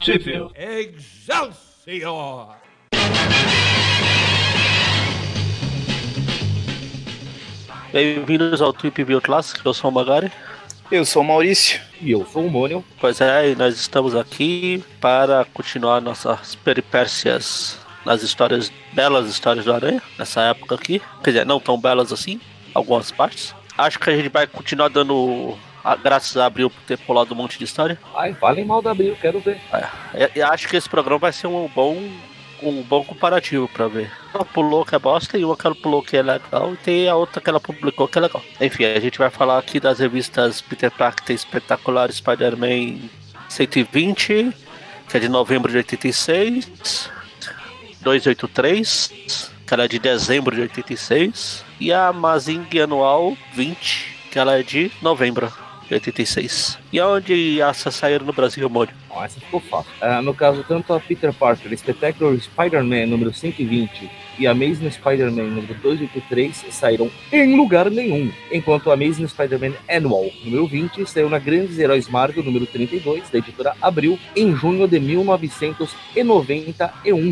Sheffield. Excelsior! Bem-vindos ao Trip View Classic, eu sou o Magari. Eu sou o Maurício. E eu sou o Mônio. Pois é, e nós estamos aqui para continuar nossas peripécias nas histórias, belas histórias do Aranha, nessa época aqui. Quer dizer, não tão belas assim, algumas partes. Acho que a gente vai continuar dando graças a Abril por ter pulado um monte de história. Ai, falem mal da Abril, quero ver. Eu acho que esse programa vai ser um bom comparativo pra ver. Uma pulou que é bosta e uma que ela pulou que é legal, e tem a outra que ela publicou que é legal. Enfim, a gente vai falar aqui das revistas Peter Parker Espetacular Spider-Man 120, que é de novembro de 86, 283, que ela é de dezembro de 86, e a Amazing Anual 20, que ela é de novembro de 86. E onde essas saíram no Brasil, Mônio? Essa ficou fácil. No caso, tanto a Peter Parker Spectacular Spider-Man número 120 e a Amazing Spider-Man número 283 saíram em lugar nenhum, enquanto a Amazing Spider-Man Annual número 20 saiu na Grandes Heróis Marvel número 32 da editora Abril em junho de 1991.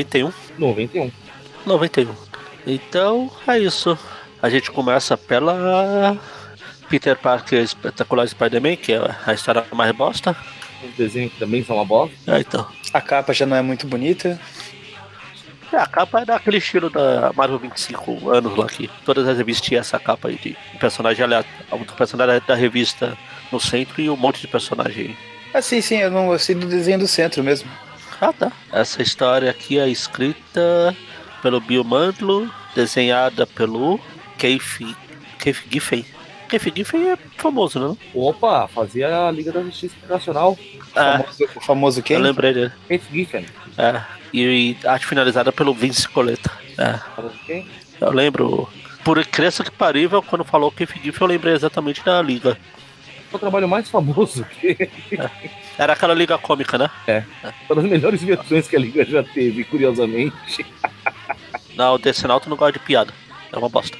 91. Então, é isso. A gente começa pela Peter Parker Espetacular Spider-Man, que é a história mais bosta. Os desenhos também são uma bosta. Então. A capa já não é muito bonita. A capa é daquele estilo da Marvel 25 anos lá, que todas as revistas tinham essa capa aí de personagem aleatório, do personagem da revista no centro e um monte de personagem. Sim, eu não gostei do desenho do centro mesmo. Tá. Essa história aqui é escrita pelo Bill Mantlo, desenhada pelo Keith Giffen. Keith Giffen é famoso, não? Opa, fazia a Liga da Justiça Internacional. O famoso quem? Eu lembrei dele. Keith Giffen. E arte finalizada pelo Vince Coletta. Quem? Eu lembro. Por crença que parível, quando falou Keith Giffen, eu lembrei exatamente da Liga. O trabalho mais famoso que... Era aquela Liga Cômica, né? Uma das melhores versões que a Liga já teve, curiosamente. Não, o Decenalto não gosta de piada. É uma bosta.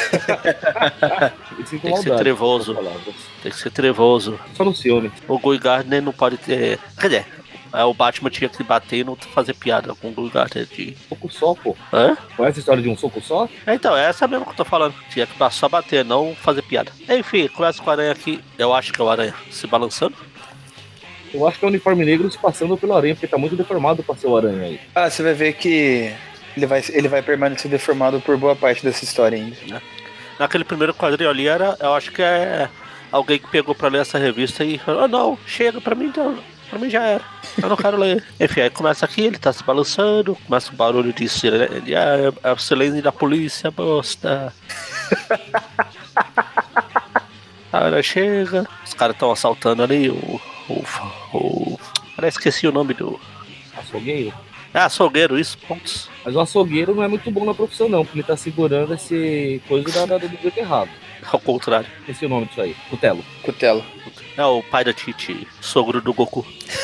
Tem que ser trevoso. Tem que ser trevoso. Só no ciúme. O Guy Gardner não pode ter... Quer dizer, o Batman tinha que bater e não fazer piada com o Guy Gardner de... Soco só, pô. Hã? Conhece a história de um soco só? Então, é essa mesmo que eu tô falando. Tinha que só bater, não fazer piada. Enfim, começa com o Aranha aqui. Eu acho que é o Aranha se balançando. Eu acho que é o uniforme negro se passando pelo Aranha, porque tá muito deformado pra ser o Aranha aí. Você vai ver que ele vai permanecer deformado por boa parte dessa história ainda. Naquele primeiro quadrinho ali, eu acho que é alguém que pegou pra ler essa revista e falou, não, chega, pra mim então, pra mim já era, eu não quero ler. Enfim, aí começa aqui, ele tá se balançando, começa o barulho de sirene, é o silêncio da polícia, bosta. Aí chega, os caras estão assaltando ali esqueci o nome do... Açougueiro? Açougueiro, isso, pontos. Mas o açougueiro não é muito bom na profissão não, porque ele tá segurando esse coisa do jeito errado. Ao contrário. Esse é o nome disso aí, Cutelo. É o pai da Titi, sogro do Goku.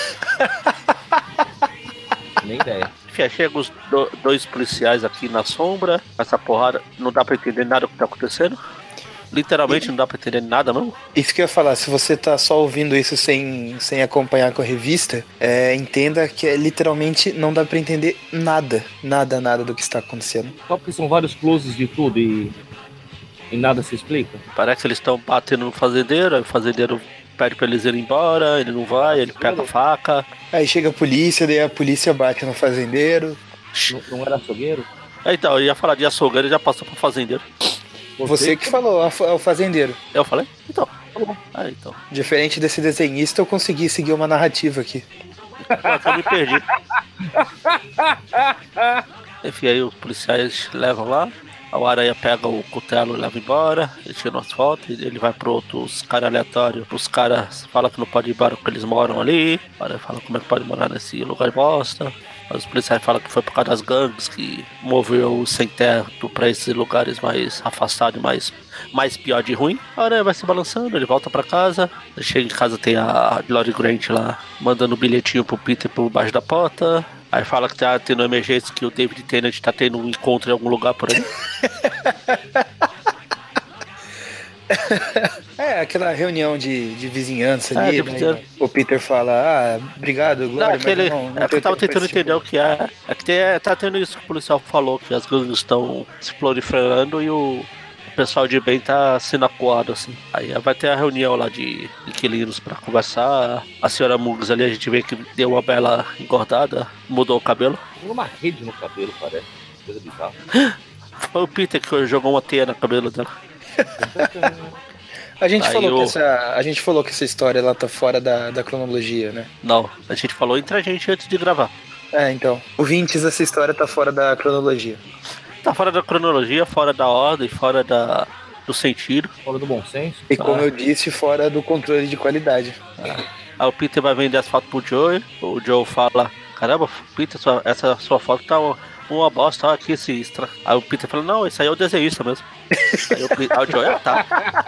Nem ideia. Enfim, chegam os dois policiais aqui na sombra, essa porrada, não dá pra entender nada do que tá acontecendo. Literalmente não dá pra entender nada, não? Isso que eu ia falar, se você tá só ouvindo isso sem acompanhar com a revista, entenda que literalmente não dá pra entender nada do que está acontecendo. Só porque são vários closes de tudo e nada se explica? Parece que eles estão batendo no fazendeiro, aí o fazendeiro pede pra eles irem embora, ele não vai, ele pega a faca. Aí chega a polícia, daí a polícia bate no fazendeiro. Não era açougueiro? Então, eu ia falar de açougueiro e já passou pro fazendeiro. Você que falou, o fazendeiro. Eu falei? Então. Então. Diferente desse desenhista, eu consegui seguir uma narrativa aqui. Eu me perdi. Enfim, aí os policiais levam lá. O Aranha pega o cutelo e leva embora. Ele tira umas fotos. Ele vai pro outros caras aleatórios. Os caras falam que não pode ir embora porque eles moram ali. O Aranha fala como é que pode morar nesse lugar de bosta. Os policiais falam que foi por causa das gangues que moveu o sem-teto pra esses lugares mais afastados e mais pior de ruim. A Aranha vai se balançando, ele volta pra casa. Ele chega em casa, tem a Glory Grant lá mandando um bilhetinho pro Peter por baixo da porta. Aí fala que tá tendo emergência, que o David Tennant tá tendo um encontro em algum lugar por aí. aquela reunião de vizinhança É, ali, de né? vizinhança. O Peter fala, obrigado, Não, Glória, aquele, mas não é que eu tava tem tempo pra tentando esse tipo entender o que é. É que tá tendo isso que o policial falou, que as gangues estão se proliferando e o pessoal de bem tá sendo acuado, assim. Aí vai ter a reunião lá de inquilinos pra conversar. A senhora Muggs ali, a gente vê que deu uma bela engordada, mudou o cabelo. Tem uma rede no cabelo, parece. Coisa bizarra. Foi o Peter que jogou uma teia no cabelo dela. A gente, Aí falou a gente falou que essa história ela tá fora da cronologia, né? Não, a gente falou entre a gente antes de gravar. É, então. Ouvintes, essa história tá fora da cronologia. Tá fora da cronologia, fora da ordem, fora do sentido. Fora do bom senso. E como eu disse, fora do controle de qualidade. Aí o Peter vai vender as fotos pro Joe. O Joe fala: Caramba, Peter, essa sua foto tá uma bosta. Olha aqui esse extra. Aí o Peter fala: Não, esse aí é o desenhista mesmo. Aí o Joe: tá.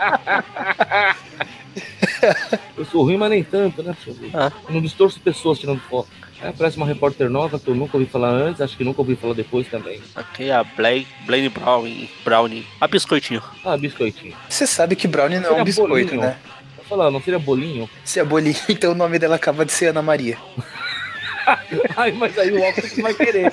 Eu sou ruim, mas nem tanto, né? Eu não distorço pessoas tirando foto. Parece uma repórter nova que eu nunca ouvi falar antes, acho que nunca ouvi falar depois também. Aqui é a Blaine Brownie. A biscoitinho. Ah, biscoitinho. Você sabe que Brownie não é um biscoito, bolinho, né? Vou falar, não seria bolinho? Se é bolinho, então o nome dela acaba de ser Ana Maria. Ai, mas aí o óculos vai querer.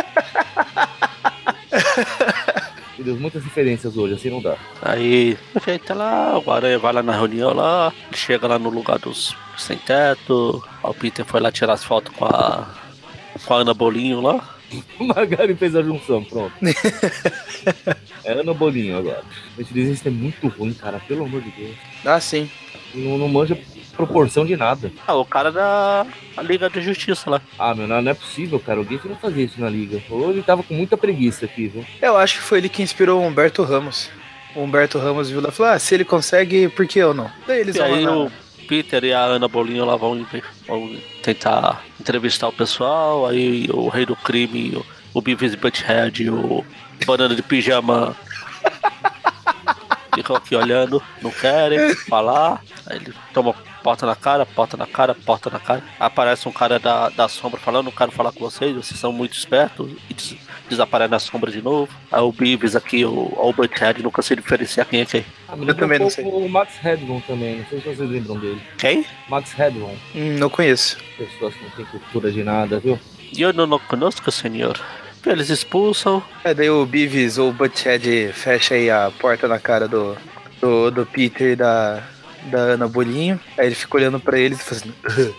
Meu Deus, muitas referências hoje, assim não dá. Aí, feita lá, o Aranha vai lá na reunião lá, chega lá no lugar dos sem teto. O Peter foi lá tirar as fotos com a Ana Bolinho lá. O Magari fez a junção, pronto. É Ana Bolinho agora. Esse desenho é muito ruim, cara, pelo amor de Deus. Ah, sim. Não manja proporção de nada. O cara da Liga da Justiça lá. Ah, meu, não é possível, cara. O Gate não fazia isso na Liga. Ou ele tava com muita preguiça aqui, viu? Eu acho que foi ele que inspirou o Humberto Ramos. O Humberto Ramos viu lá e falou, se ele consegue, por que eu não? Daí eles E vão aí lá o Peter e a Ana Bolinho lá vão tentar entrevistar o pessoal. Aí o Rei do Crime, o Beavis e Butthead, o Banana de Pijama ficam aqui olhando, não querem falar. Aí ele toma porta na cara. Aparece um cara da sombra falando, não quero falar com vocês são muito espertos. E desaparece na sombra de novo. Aí o Beavis aqui, o Butthead, nunca sei diferenciar quem é quem. Eu também não sei. O Max Headroom também, não sei se vocês lembram dele. Quem? Max Headroom. Não conheço. Pessoas que não têm cultura de nada, viu? Eu não conosco, senhor. Eles expulsam. Daí o Beavis ou o Butthead fecha aí a porta na cara do Peter e da Ana Bolinho. Aí ele fica olhando pra eles e fazendo...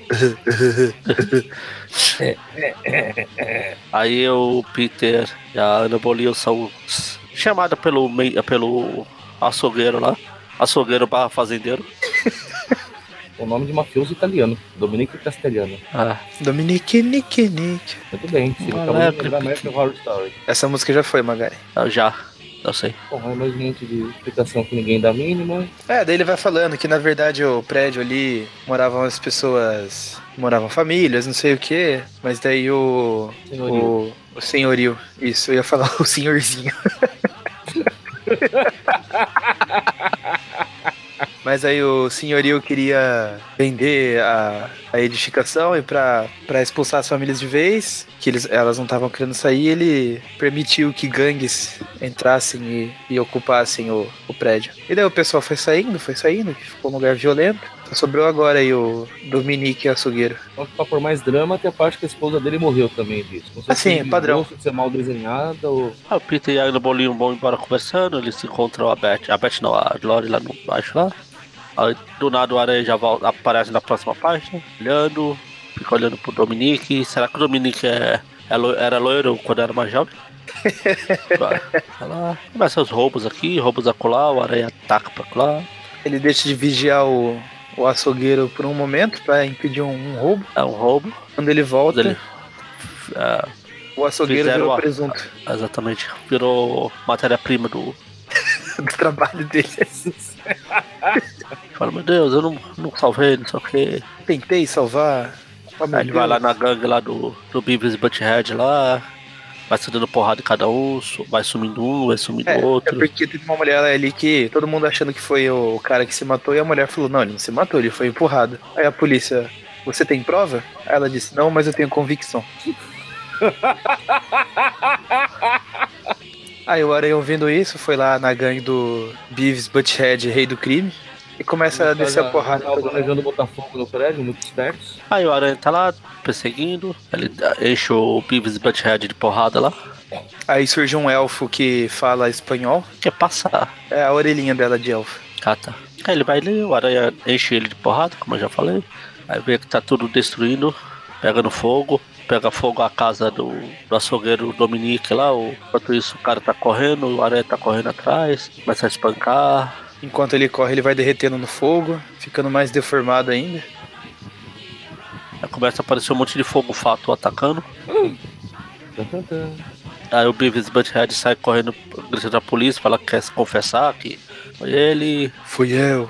Aí o Peter e a Ana Bolinho são chamados pelo açougueiro lá. Açougueiro barra fazendeiro. O nome de mafioso italiano, Dominique Castellano. Dominique, Nick. Muito bem, sim, acabamos de lembrar American Horror Story. Essa música já foi, Magari. Eu sei. Bom, é mais um monte de explicação que ninguém dá mínimo. Daí ele vai falando que na verdade o prédio ali moravam as pessoas, moravam famílias, não sei o que, mas daí o senhorio, isso, eu ia falar o senhorzinho. Mas aí o senhorio queria vender a edificação e pra expulsar as famílias de vez, que elas não estavam querendo sair, ele permitiu que gangues entrassem e ocupassem o prédio. E daí o pessoal foi saindo, que ficou um lugar violento. Só sobrou agora aí o Dominique açougueiro. Então, pra pôr mais drama, tem a parte que a esposa dele morreu também disso. Não sei Assim, se padrão. Se é mal desenhada ou... O Peter e a Ana Bolinho vão embora conversando, eles encontram a Beth não, a Glory lá no baixo lá. Aí, do nada o Aranha já aparece na próxima página, fica olhando pro Dominique. Será que o Dominique era loiro quando era mais jovem? Começa os roubos aqui, roubos acolá, o Aranha ataca pra lá. Ele deixa de vigiar o açougueiro por um momento pra impedir um roubo. É um roubo. Quando ele volta, o açougueiro virou presunto. Exatamente, virou matéria-prima do trabalho dele. Fala, meu Deus, eu não salvei, não sei o que. Tentei salvar. Aí ele vai lá na gangue lá do Beavis e Butthead lá, vai se dando porrada em cada um, vai sumindo um, vai sumindo outro. É porque teve uma mulher ali que todo mundo achando que foi o cara que se matou, e a mulher falou, não, ele não se matou, ele foi empurrado. Aí a polícia, você tem prova? Aí ela disse, não, mas eu tenho convicção. Aí o Aranhão vendo isso, foi lá na gangue do Beavis Butthead, Rei do Crime. E começa a descer a porrada. Tava planejando botar fogo no prédio, muito espertos. Aí o Aranha tá lá perseguindo, ele enche o Beavis e Butthead de porrada lá. Aí surge um elfo que fala espanhol. Quer passar. É a orelhinha dela de elfo. Cata. Aí ele vai ali, o Aranha enche ele de porrada, como eu já falei. Aí vê que tá tudo destruindo, pega fogo a casa do açougueiro Dominique lá. Enquanto isso o cara tá correndo, o Aranha tá correndo atrás, começa a espancar. Enquanto ele corre, ele vai derretendo no fogo, ficando mais deformado ainda. Aí começa a aparecer um monte de fogo fato atacando. Tan, tan, tan. Aí o Beavis e Butthead sai correndo, gritando a polícia, fala que quer se confessar, que foi ele. Fui eu.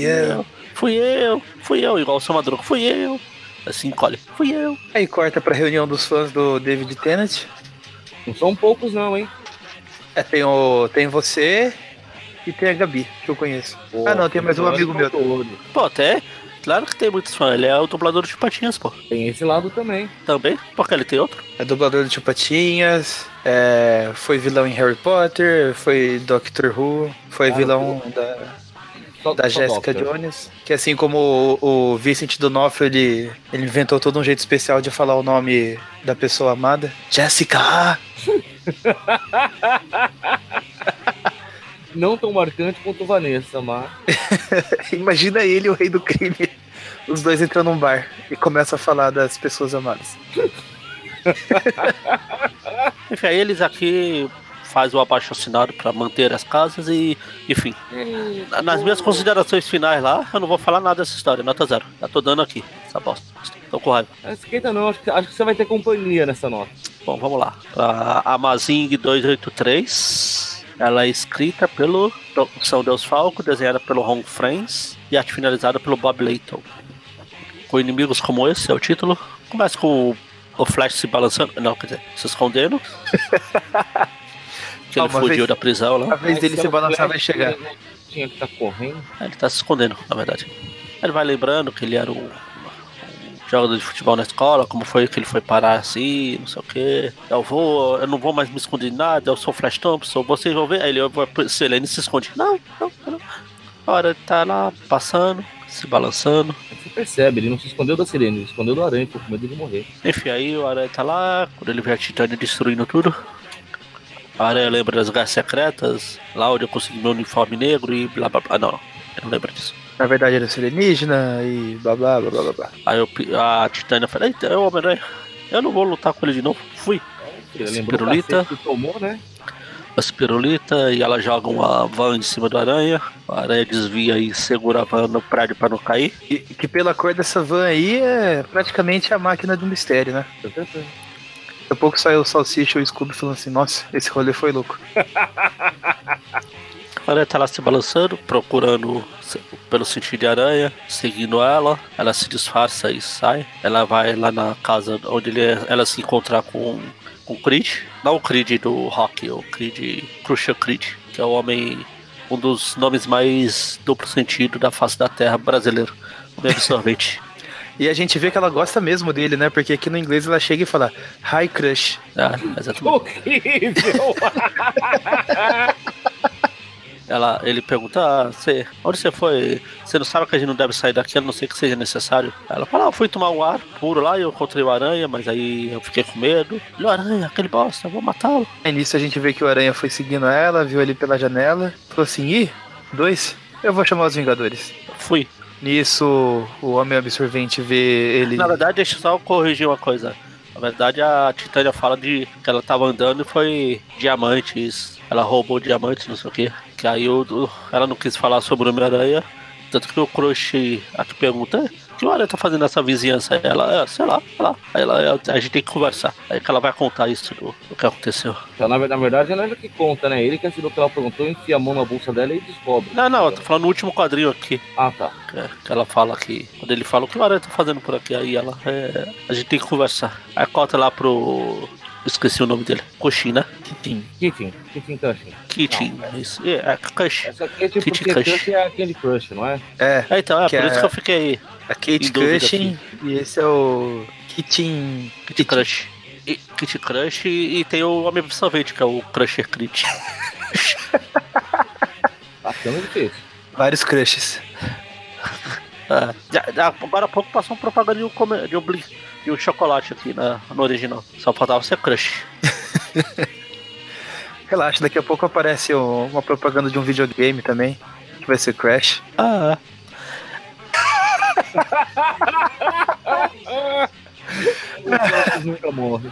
Fui eu, igual o seu Madruga, fui eu. Assim, encolhe, fui eu. Aí corta pra reunião dos fãs do David Tennant. Não são poucos não, hein? Tem você e tem a Gabi, que eu conheço. Pô, Não, tem mais um amigo meu. Pô, até, claro que tem muitos fãs, ele é o dublador de Patinhas, pô. Tem esse lado também. Também, porque ele tem outro. É dublador do Tio Patinhas, foi vilão em Harry Potter, foi Doctor Who, foi vilão da Jessica Doctor. Jones. Que assim como o Vincent D'Onofrio, ele inventou todo um jeito especial de falar o nome da pessoa amada. Jessica! Não tão marcante quanto Vanessa, mas... Imagina ele e o rei do crime. Os dois entram num bar e começam a falar das pessoas amadas. Enfim, aí eles aqui fazem o abaixo-assinado pra manter as casas e, enfim. Nas minhas considerações finais lá, eu não vou falar nada dessa história, nota 0. Já tô dando aqui, essa bosta. Tô com raiva. Não esquenta não, acho que você vai ter companhia nessa nota. Bom, vamos lá. A Amazing 283. Ela é escrita pelo São Deus Falco, desenhada pelo Ron Frenz e arte finalizada pelo Bob Layton. Com inimigos como esse, é o título. Começa com o Flash se balançando. Não, quer dizer, se escondendo. Que ele fugiu da prisão lá. A vez dele se balançar vai chegar. Tinha que estar correndo. Ele tá se escondendo, na verdade. Ele vai lembrando que ele era um jogador de futebol na escola, como foi que ele foi parar assim, não sei o que. Eu não vou mais me esconder de nada, eu sou o Flash Thompson, vocês vão ver. Aí ele se esconde. Não. Agora ele tá lá, passando, se balançando. Você percebe, ele não se escondeu da sirene, ele se escondeu do aranha, por medo de morrer. Enfim, aí o Aranha tá lá, quando ele vê a Titânia destruindo tudo. A Aranha lembra das garras secretas, lá onde eu consegui meu uniforme negro e blá blá blá. Não, eu não lembro disso. Na verdade ele é alienígena e blá blá blá blá blá. Aí a Titânia fala, eita, Homem-Aranha, eu não vou lutar com ele de novo. Fui. Ele lembrou do Pirulita. cacete que tomou, né? A Spirulita e ela joga uma van em cima do Aranha. A Aranha desvia e segura a van no prédio pra não cair. E que pela cor dessa van aí é praticamente a máquina do mistério, né? Daqui a pouco saiu o Salsicha e o Scooby falando assim, nossa, esse rolê foi louco. A Aranha tá lá se balançando, procurando pelo sentido de aranha, seguindo ela. Ela se disfarça e sai. Ela vai lá na casa onde ela se encontrar com o Creed. Não o Creed do rock, o Creed, Crucial Creed, que é o homem, um dos nomes mais duplo sentido da face da terra brasileiro. O absorvente. E a gente vê que ela gosta mesmo dele, né? Porque aqui no inglês ela chega e fala Hi Crush. Exatamente. Horrível! Ele pergunta, onde você foi? Você não sabe que a gente não deve sair daqui, a não ser que seja necessário. Ela fala, eu fui tomar um ar puro lá e eu encontrei o Aranha, mas aí eu fiquei com medo. Ele, Aranha, aquele bosta, eu vou matá-lo. Aí nisso a gente vê que o Aranha foi seguindo ela, viu ele pela janela, falou assim, dois, eu vou chamar os Vingadores. Fui. Nisso o Homem Absorvente vê ele... Na verdade, deixa eu só corrigir uma coisa. Na verdade, a Titânia fala que ela tava andando e foi diamantes. Ela roubou diamantes, não sei o que. Que aí ela não quis falar sobre o Homem-Aranha. Tanto que o Crush aqui pergunta, o que o Aranha tá fazendo nessa vizinhança? Ela, sei lá. Aí a gente tem que conversar. Aí que ela vai contar isso do que aconteceu. Então, na verdade, ela é que conta, né? Ele que assinou o que ela perguntou, enfia a mão na bolsa dela e descobre. Não, eu tô falando no último quadrinho aqui. Ah, tá. Que ela fala que... Quando ele fala, o que o Aranha tá fazendo por aqui? Aí ela... a gente tem que conversar. Aí corta lá pro... Esqueci o nome dele. Cushin, né? Kitchen Cushing. Kitchen, isso. Cush. Essa aqui é tipo Kitchen porque Cush. Cush é a Candy Crush, não é? Então, por isso que eu fiquei... A Kate em dúvida Cushing e esse é o Kitchen Crush. Kitchen Crush e tem o Homem Absorvente, que é o Crusher Crit. Bacana difícil. Vários crushes. Agora há pouco passou um propaganda de um chocolate aqui no original. Só faltava ser Crush. Relaxa, daqui a pouco aparece uma propaganda de um videogame também, que vai ser Crash. Os nunca morrem.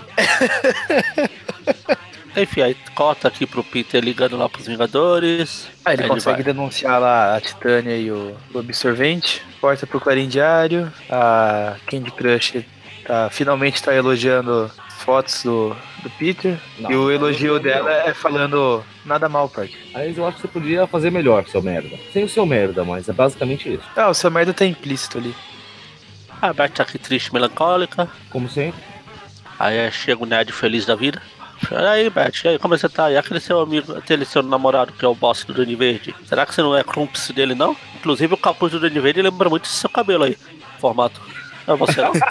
Enfim, aí corta aqui pro Peter ligando lá pros Vingadores. Aí ele consegue denunciar lá a Titânia e o Absorvente. Corta pro Clarim Diário. A Candy Crush finalmente tá elogiando fotos do Peter. Não, e o elogio melhor. dela é falando nada mal, Parker. Aí eu acho que você podia fazer melhor, seu merda. Sem o seu merda, mas é basicamente isso. O seu merda tá implícito ali. A Beth tá aqui triste, melancólica. Como sempre. Aí chega o Ned feliz da vida. E aí, Beth, e aí, como você tá? E aquele seu amigo, aquele seu namorado que é o boss do Duende Verde? Será que você não é cúmplice dele, não? Inclusive o capuz do Duende Verde lembra muito do seu cabelo aí, formato. É você não?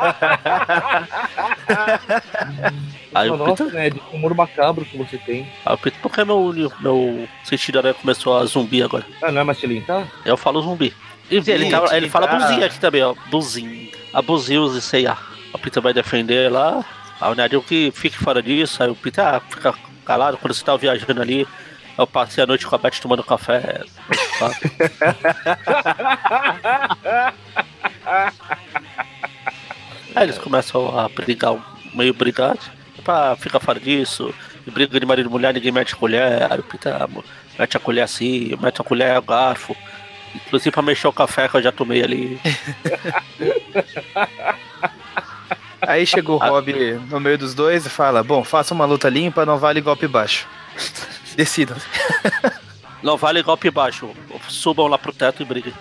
Aí o Nossa, Peter, né? De humor macabro que você tem. por que meu sentido aranha começou a zumbi agora? Não é mais te limpar? Eu falo zumbi. E ele fala buzinho aqui também, ó. Buzinho. Abusios e C&A. O Peter vai defender lá. Aí o Ned que fique fora disso. Aí o Peter fica calado. Quando você tá viajando ali, eu passei a noite com a Beth tomando café. Aí eles começam a brigar, meio brigar. Fica fora disso. E briga de marido e mulher, ninguém mete a colher. Aí o Peter mete a colher assim, mete a colher, o garfo. Inclusive pra mexer o café que eu já tomei ali. Aí chega o Rob no meio dos dois e fala: bom, faça uma luta limpa, não vale golpe baixo. Decidam. Não vale golpe baixo. Subam lá pro teto e briguem.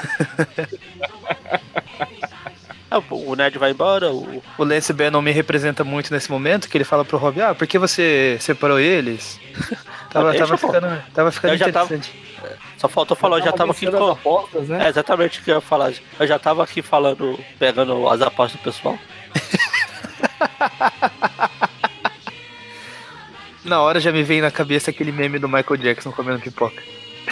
O Ned vai embora. O Lance Bannon me representa muito nesse momento, que ele fala pro Rob: por que você separou eles? Tava ficando interessante. Só faltou falar, eu já tava aqui com apostas, né? exatamente o que eu ia falar. Eu já tava aqui falando, pegando as apostas do pessoal. Na hora já me vem na cabeça aquele meme do Michael Jackson comendo pipoca.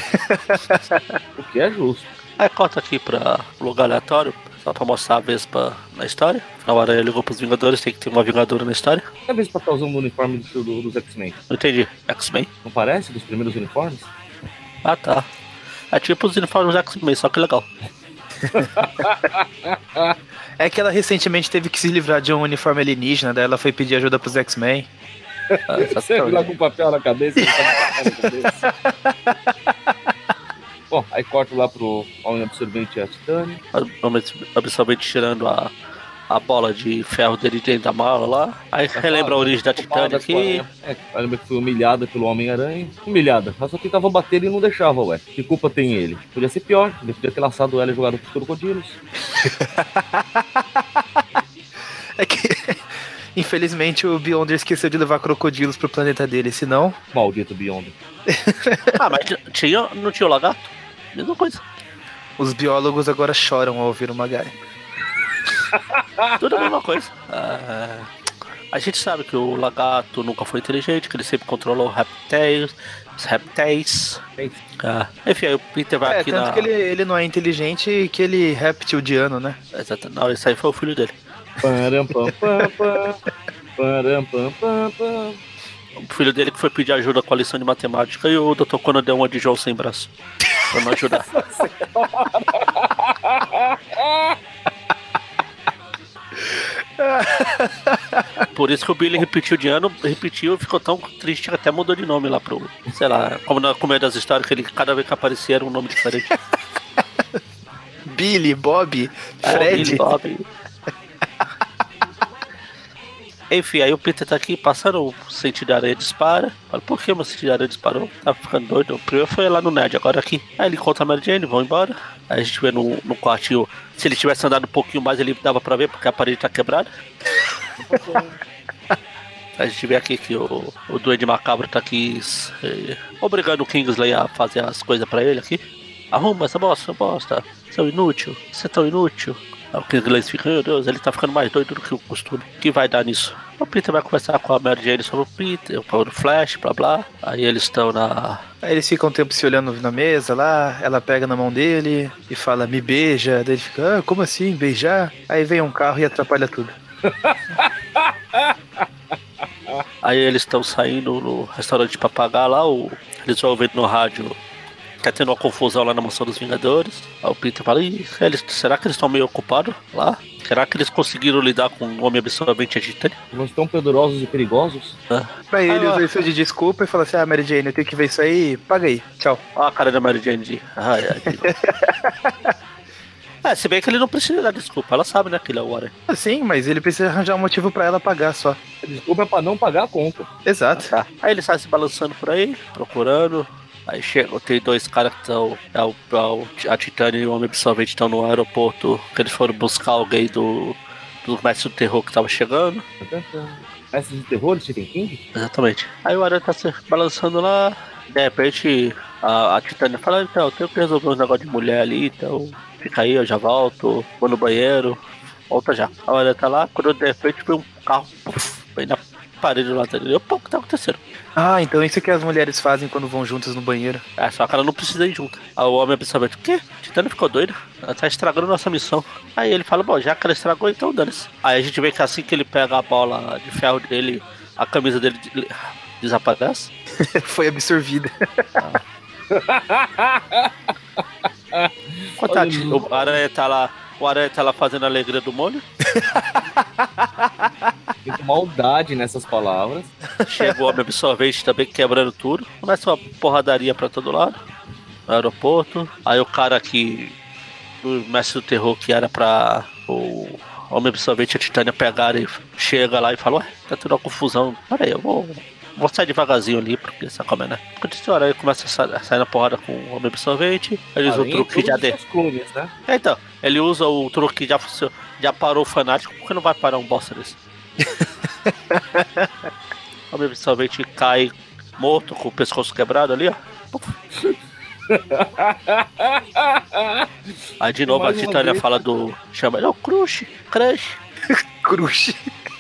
O que é justo. Aí corta aqui pra lugar aleatório, só pra mostrar a Vespa na história. Na hora ele ligou pros Vingadores, tem que ter uma Vingadora na história. É a vez pra estar usando o uniforme dos X-Men. Não entendi. X-Men? Não parece? Dos primeiros uniformes? Ah, tá. É tipo os uniformes X-Men, só que legal. É que ela recentemente teve que se livrar de um uniforme alienígena, daí ela foi pedir ajuda pros X-Men. Você lá com papel na cabeça, Bom, aí corta lá pro Homem Absorvente e a Titânia. Homem Absorvente tirando a bola de ferro dele dentro da mala lá. Aí relembra a origem da Titânia aqui. Lembra que foi humilhada pelo Homem-Aranha. Humilhada, ela só tentava bater e não deixava, ué. Que culpa tem ele? Podia ser pior, ele podia ter laçado ela e jogado pros crocodilos. É que, infelizmente, o Beyonder esqueceu de levar crocodilos pro planeta dele, senão... Maldito Beyonder. Mas não tinha o lagarto? Mesma coisa. Os biólogos agora choram ao ouvir o Magari. Tudo a mesma coisa. A gente sabe que o lagarto nunca foi inteligente, que ele sempre controlou os répteis. Enfim, aí o Peter vai aqui tanto que ele não é inteligente e que ele é reptiliano, né? Exato. Não, esse aí foi o filho dele. O filho dele que foi pedir ajuda com a lição de matemática e o Dr. Conan deu uma de João sem braço. Pra não ajudar. Por isso que o Billy repetiu de ano, repetiu e ficou tão triste que até mudou de nome lá pro... Sei lá, como na comédia das histórias, que ele cada vez que aparecia era um nome diferente. Billy, Bob, Fred. Billy, Bob. Enfim, aí o Peter tá aqui passando, o sentido de aranha dispara. Fala, por que meu sentido de aranha disparou? Tá ficando doido. O primeiro foi lá no Ned, agora aqui. Aí ele encontra a Mary Jane, vão embora. Aí a gente vê no quartinho, se ele tivesse andado um pouquinho mais, ele dava pra ver, porque a parede tá quebrada. A gente vê aqui que o Duende Macabro tá aqui obrigando o Kingsley a fazer as coisas pra ele aqui. Arruma essa bosta, seu inútil, você é tão inútil. Aí o inglês fica, meu Deus, ele tá ficando mais doido do que o costume. O que vai dar nisso? O Peter vai conversar com a Mary Jane sobre o Peter, o Flash, blá blá. Aí eles estão na... Aí eles ficam um tempo se olhando na mesa lá, ela pega na mão dele e fala, me beija. Daí ele fica, como assim, beijar? Aí vem um carro e atrapalha tudo. Aí eles estão saindo no restaurante pra pagar lá, eles vão ouvindo no rádio. Tá tendo uma confusão lá na Mansão dos Vingadores. Aí o Peter fala, será que eles estão meio ocupados lá? Será que eles conseguiram lidar com o Homem Absurdamente Agitante? Não estão poderosos e perigosos? Pra ele usa isso de desculpa e fala assim, Mary Jane, eu tenho que ver isso aí, paga aí, tchau. Olha a cara da Mary Jane. Se bem que ele não precisa dar desculpa, ela sabe, né, que ele é o Warren. Sim, mas ele precisa arranjar um motivo pra ela pagar só. A desculpa é pra não pagar a conta. Exato. Tá. Aí ele sai se balançando por aí, procurando. Aí chega, tem dois caras que estão. A Titânia e o Homem Absorvente estão no aeroporto. Que eles foram buscar alguém do Mestre do Terror que tava chegando. Mestre do Terror, Stephen King? Exatamente. Aí o Aranha tá se balançando lá. De repente a Titânia fala, então, eu tenho que resolver um negócio de mulher ali, então fica aí, eu já volto, vou no banheiro, volta já. A Aranha tá lá, quando de repente vem um carro, vem na parede lá dele. Opa, o que tá acontecendo? Ah, então isso que as mulheres fazem quando vão juntas no banheiro. Só que ela não precisa ir junto. Aí o Homem Absorvente, o quê? Titânia ficou doida? Ela tá estragando nossa missão. Aí ele fala, bom, já que ela estragou, então dane-se. Aí a gente vê que assim que ele pega a bola de ferro dele, a camisa dele desaparece. Foi absorvida. Enquanto o Aranha tá lá fazendo a alegria do molho. Tem maldade nessas palavras. Chega o Homem Absorvente também quebrando tudo. Começa uma porradaria pra todo lado. No aeroporto. Aí o cara aqui do Mestre do Terror, que era pra o Homem Absorvente e a Titânia pegarem, chega lá e fala, ué, tá tendo uma confusão. Peraí, eu vou sair devagarzinho ali, porque sabe como é, né? Quando esse hora ele começa a sair na porrada com o Homem Absorvente, ele usa o truque já de... clones, né? Então, ele usa o truque que já parou o fanático, porque não vai parar um bosta desse. O Homem Absorvente cai morto, com o pescoço quebrado ali, ó. Aí de novo a Titânia fala do... Chama ele, ó, Crush. Crush.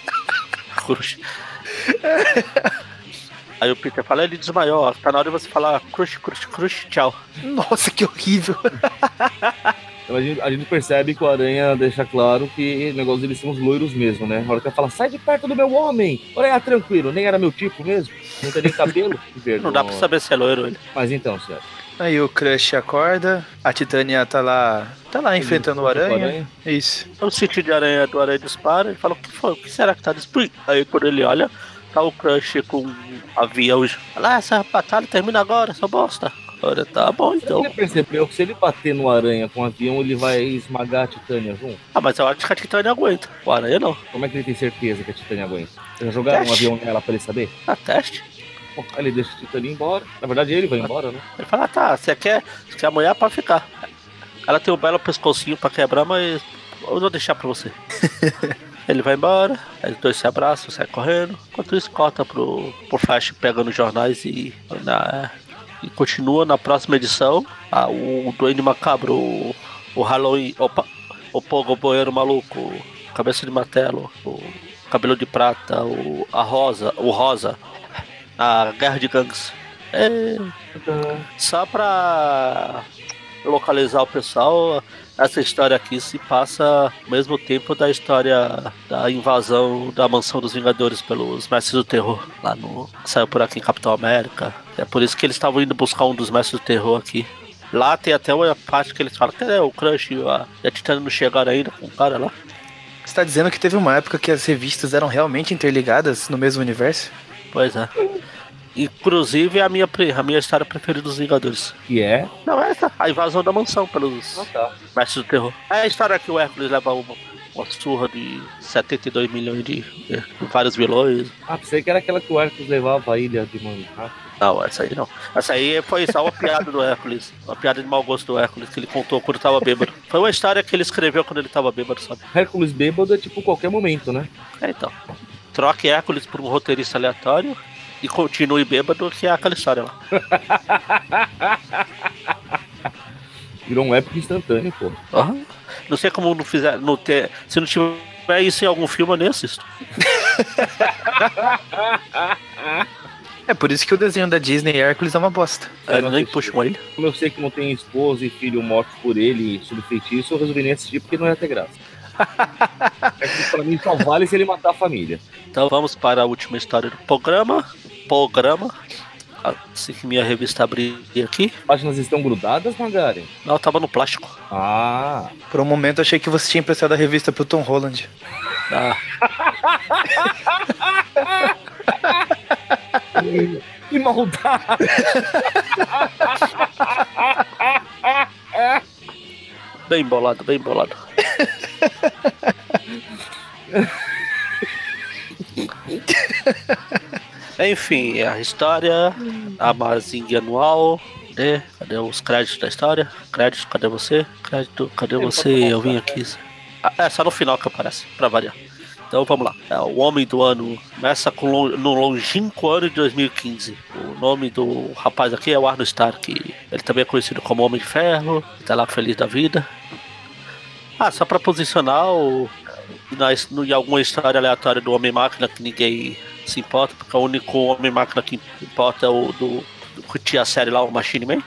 Aí o Peter fala, ele desmaiou, ó, tá na hora de você falar Crush, tchau. Nossa, que horrível. Então a gente percebe que o Aranha deixa claro que o negócio deles são os loiros mesmo, né? Na hora que ela fala, sai de perto do meu homem! Olha, tranquilo, nem era meu tipo mesmo. Não tem nem cabelo. Não dá pra saber se é loiro ele. Mas então, senhor. Aí o Crush acorda, a Titânia tá lá enfrentando o Aranha. Isso. O sentido de aranha do Aranha dispara, ele fala, o que foi? O que será que tá destruindo? Aí quando ele olha, tá o Crush com um avião. Fala, essa batalha termina agora, sua bosta. Olha, tá bom então. Você percebeu que se ele bater no Aranha com o avião, ele vai esmagar a Titânia junto? Mas eu acho que a Titânia aguenta. O Aranha não. Como é que ele tem certeza que a Titânia aguenta? Já jogaram um avião nela pra ele saber? Teste. Bom, aí ele deixa a Titânia ir embora. Na verdade, ele vai embora, né? Ele fala, tá, você quer amanhã pra ficar. Ela tem um belo pescocinho pra quebrar, mas eu vou deixar pra você. Ele vai embora, aí os dois se abraçam, saem correndo. Enquanto isso, corta pro Flash pegando jornais e continua na próxima edição. O Duende Macabro, o Halloween, o Pogo Boeiro Maluco, Cabeça de Martelo, o Cabelo de Prata, o Rosa, a Guerra de Gangues. Só pra localizar o pessoal, essa história aqui se passa ao mesmo tempo da história da invasão da Mansão dos Vingadores pelos Mestres do Terror, lá no... Saiu por aqui em Capitão América. É por isso que eles estavam indo buscar um dos Mestres do Terror aqui. Lá tem até uma parte que eles falam, cadê o Crush e a Titânia não chegaram ainda com o cara lá. Você tá dizendo que teve uma época que as revistas eram realmente interligadas no mesmo universo? Pois é. Inclusive a minha história preferida dos Vingadores. Que é? Não, é essa. A invasão da mansão pelos Mestres do Terror. É a história que o Hércules leva uma surra de 72 milhões de vários vilões. Pensei que era aquela que o Hércules levava a ilha de Manhattan. Não, essa aí não. Essa aí foi só uma piada do Hércules. Uma piada de mau gosto do Hércules que ele contou quando tava bêbado. Foi uma história que ele escreveu quando ele tava bêbado, sabe? Hércules bêbado é tipo qualquer momento, né? Então. Troque Hércules por um roteirista aleatório e continue bêbado, que é aquela história lá. Virou um épico instantâneo, pô. Não sei como não fizer, não ter, se não tiver isso em algum filme, eu nem assisto. É por isso que o desenho da Disney Hércules é uma bosta. Eu nem puxo ele. Como eu sei que não tem esposa e filho mortos por ele sob feitiço, eu resolvi nem assistir porque não ia ter graça. É que pra mim só vale se ele matar a família. Então vamos para a última história do programa. Assim que minha revista abrir aqui. As páginas estão grudadas, Magari? Não, tava no plástico. Ah. Por um momento eu achei que você tinha emprestado a revista pro Tom Holland. Ah, Que maldade! bem bolado, bem bolado. Enfim, a história, a Mazing anual, né? Cadê os créditos da história? Crédito, cadê você? Crédito, cadê você? Eu vim aqui. É só no final que aparece, pra variar. Então vamos lá. O Homem do Ano começa no longínquo ano de 2015. O nome do rapaz aqui é o Arno Stark. Ele também é conhecido como Homem de Ferro. Tá lá feliz da vida. Só pra posicionar em alguma história aleatória do Homem-Máquina que ninguém se importa, porque o único Homem-Máquina que importa é o do que tinha a série lá, o Machine Man.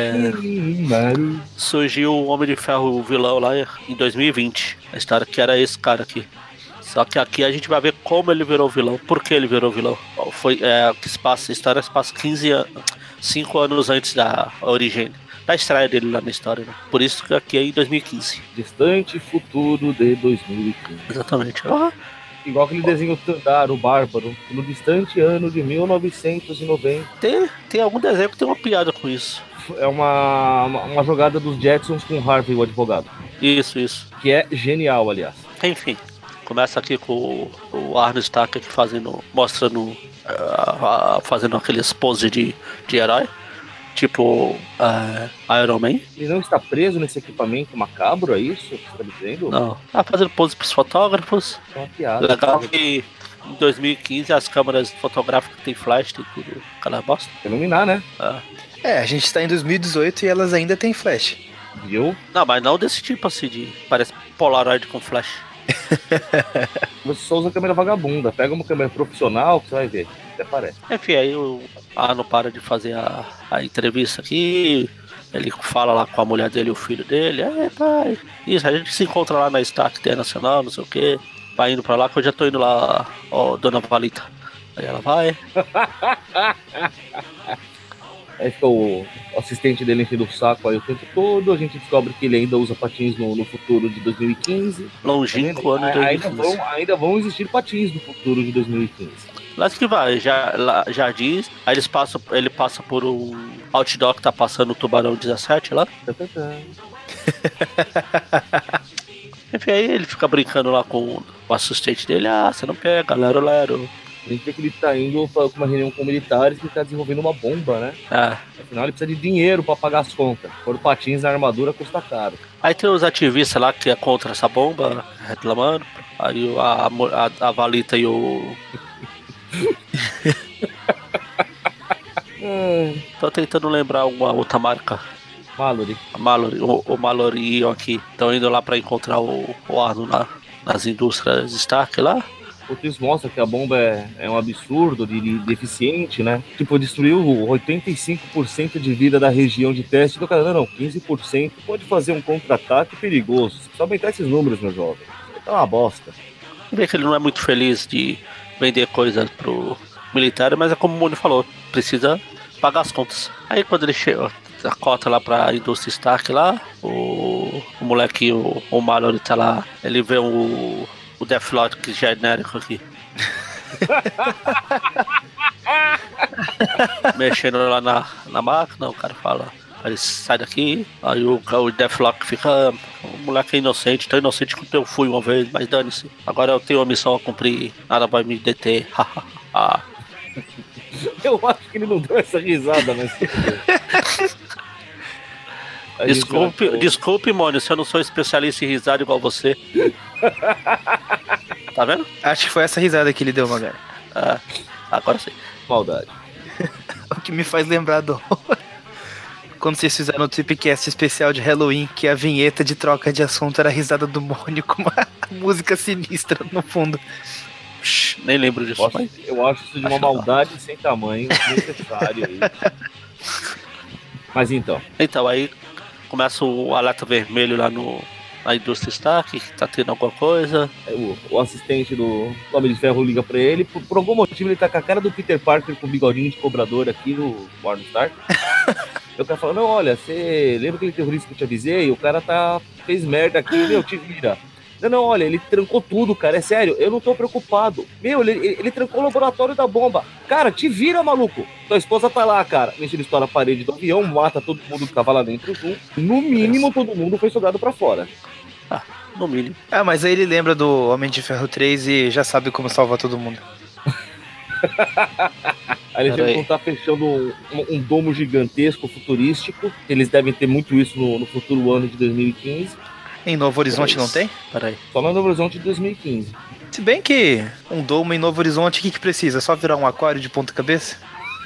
Surgiu o Homem de Ferro, o vilão lá em 2020. A história que era esse cara aqui. Só que aqui a gente vai ver como ele virou vilão, por que ele virou vilão. A história se passa 5 anos antes da origem, da estreia dele lá na história, né? Por isso que aqui é em 2015. Distante futuro de 2015. Exatamente. Igual aquele desenho Tandar, o Bárbaro, no distante ano de 1990. Tem algum desenho que tem uma piada com isso. É uma jogada dos Jetsons com Harvey, o advogado. Isso. Que é genial, aliás. Enfim, começa aqui com o Arno Stark aqui mostrando, fazendo aqueles poses de herói. Tipo Iron Man. Ele não está preso nesse equipamento macabro, é isso que você está dizendo? Não, tá fazendo pose pros fotógrafos. É uma piada. Legal que em 2015 as câmeras fotográficas tem flash, tem tudo, aquela bosta. Iluminar, né? A gente tá em 2018 e elas ainda têm flash. Viu? Não, mas não desse tipo assim, parece Polaroid com flash. Você só usa câmera vagabunda. Pega uma câmera profissional que você vai ver. Até parece. Enfim, aí o Arno para de fazer a entrevista aqui. Ele fala lá com a mulher dele e o filho dele. Pai, isso, a gente se encontra lá na Stark Internacional, não sei o que. Vai indo pra lá que eu já tô indo lá, Dona Valita. Aí ela vai. Aí fica o assistente dele enchendo o saco aí o tempo todo. A gente descobre que ele ainda usa patins no futuro de 2015. Longínquo ano de 2015. Ainda vão existir patins no futuro de 2015. Lá que vai, já diz. Aí ele passa por um outdoor que tá passando o Tubarão 17 lá. Enfim, aí ele fica brincando lá com o assistente dele. Você não pega, lero. A gente vê que ele tá indo pra uma reunião com militares que ele tá desenvolvendo uma bomba, né? Afinal, ele precisa de dinheiro pra pagar as contas. Por patins na armadura custa caro. Aí tem os ativistas lá que é contra essa bomba, reclamando. Aí a Valita e o... Tô tentando lembrar alguma outra marca. Mallory. O Mallory aqui. Estão indo lá pra encontrar o Arno nas indústrias Stark lá. Eles mostram que a bomba é um absurdo de eficiente, né? Tipo, destruiu 85% de vida da região de teste. Então, cara, não, 15% pode fazer um contra-ataque perigoso. Só aumentar esses números, meu jovem. É uma bosta. Vê que ele não é muito feliz de vender coisas pro militar, mas é como o Mônio falou, precisa pagar as contas. Aí quando ele chega, a cota lá pra indústria Stark lá, o moleque, o Mallory tá lá, ele vê o Deathlock genérico aqui. Mexendo lá na máquina, o cara fala, ele sai daqui, aí o Deathlock fica, o moleque é inocente, tão inocente quanto eu fui uma vez, mas dane-se. Agora eu tenho uma missão a cumprir, nada vai me deter. Eu acho que ele não deu essa risada, mas... Desculpe, Mônio, se eu não sou especialista em risada igual você. Tá vendo? Acho que foi essa risada que ele deu, Magari. Agora sim. Maldade. O que me faz lembrar quando vocês fizeram o Tripcast especial de Halloween, que a vinheta de troca de assunto era a risada do Mônio com uma música sinistra no fundo. Nem lembro disso. Eu acho isso de uma maldade sem tamanho, necessário aí. Mas então. Então, aí começa o alerta vermelho lá na indústria Stark, que tá tendo alguma coisa. O assistente do Homem de Ferro liga pra ele. Por algum motivo ele tá com a cara do Peter Parker com o bigodinho de cobrador aqui no Warren Stark. O cara fala, não, olha, você lembra aquele terrorista que eu te avisei? O cara fez merda aqui, meu, te vira. Não, olha, ele trancou tudo, cara, é sério, eu não tô preocupado. Meu, ele trancou o laboratório da bomba. Cara, te vira, maluco. Tua esposa tá lá, cara. Ele estoura a parede do avião, mata todo mundo que tava lá dentro junto. No mínimo, todo mundo foi jogado pra fora. No mínimo. Mas aí ele lembra do Homem de Ferro 3 e já sabe como salvar todo mundo. Aí eles vão estar fechando um domo gigantesco, futurístico. Eles devem ter muito isso no futuro ano de 2015. Em Novo Horizonte não tem? Peraí. Só no Novo Horizonte de 2015. Se bem que um domo em Novo Horizonte, o que precisa? Só virar um aquário de ponta cabeça?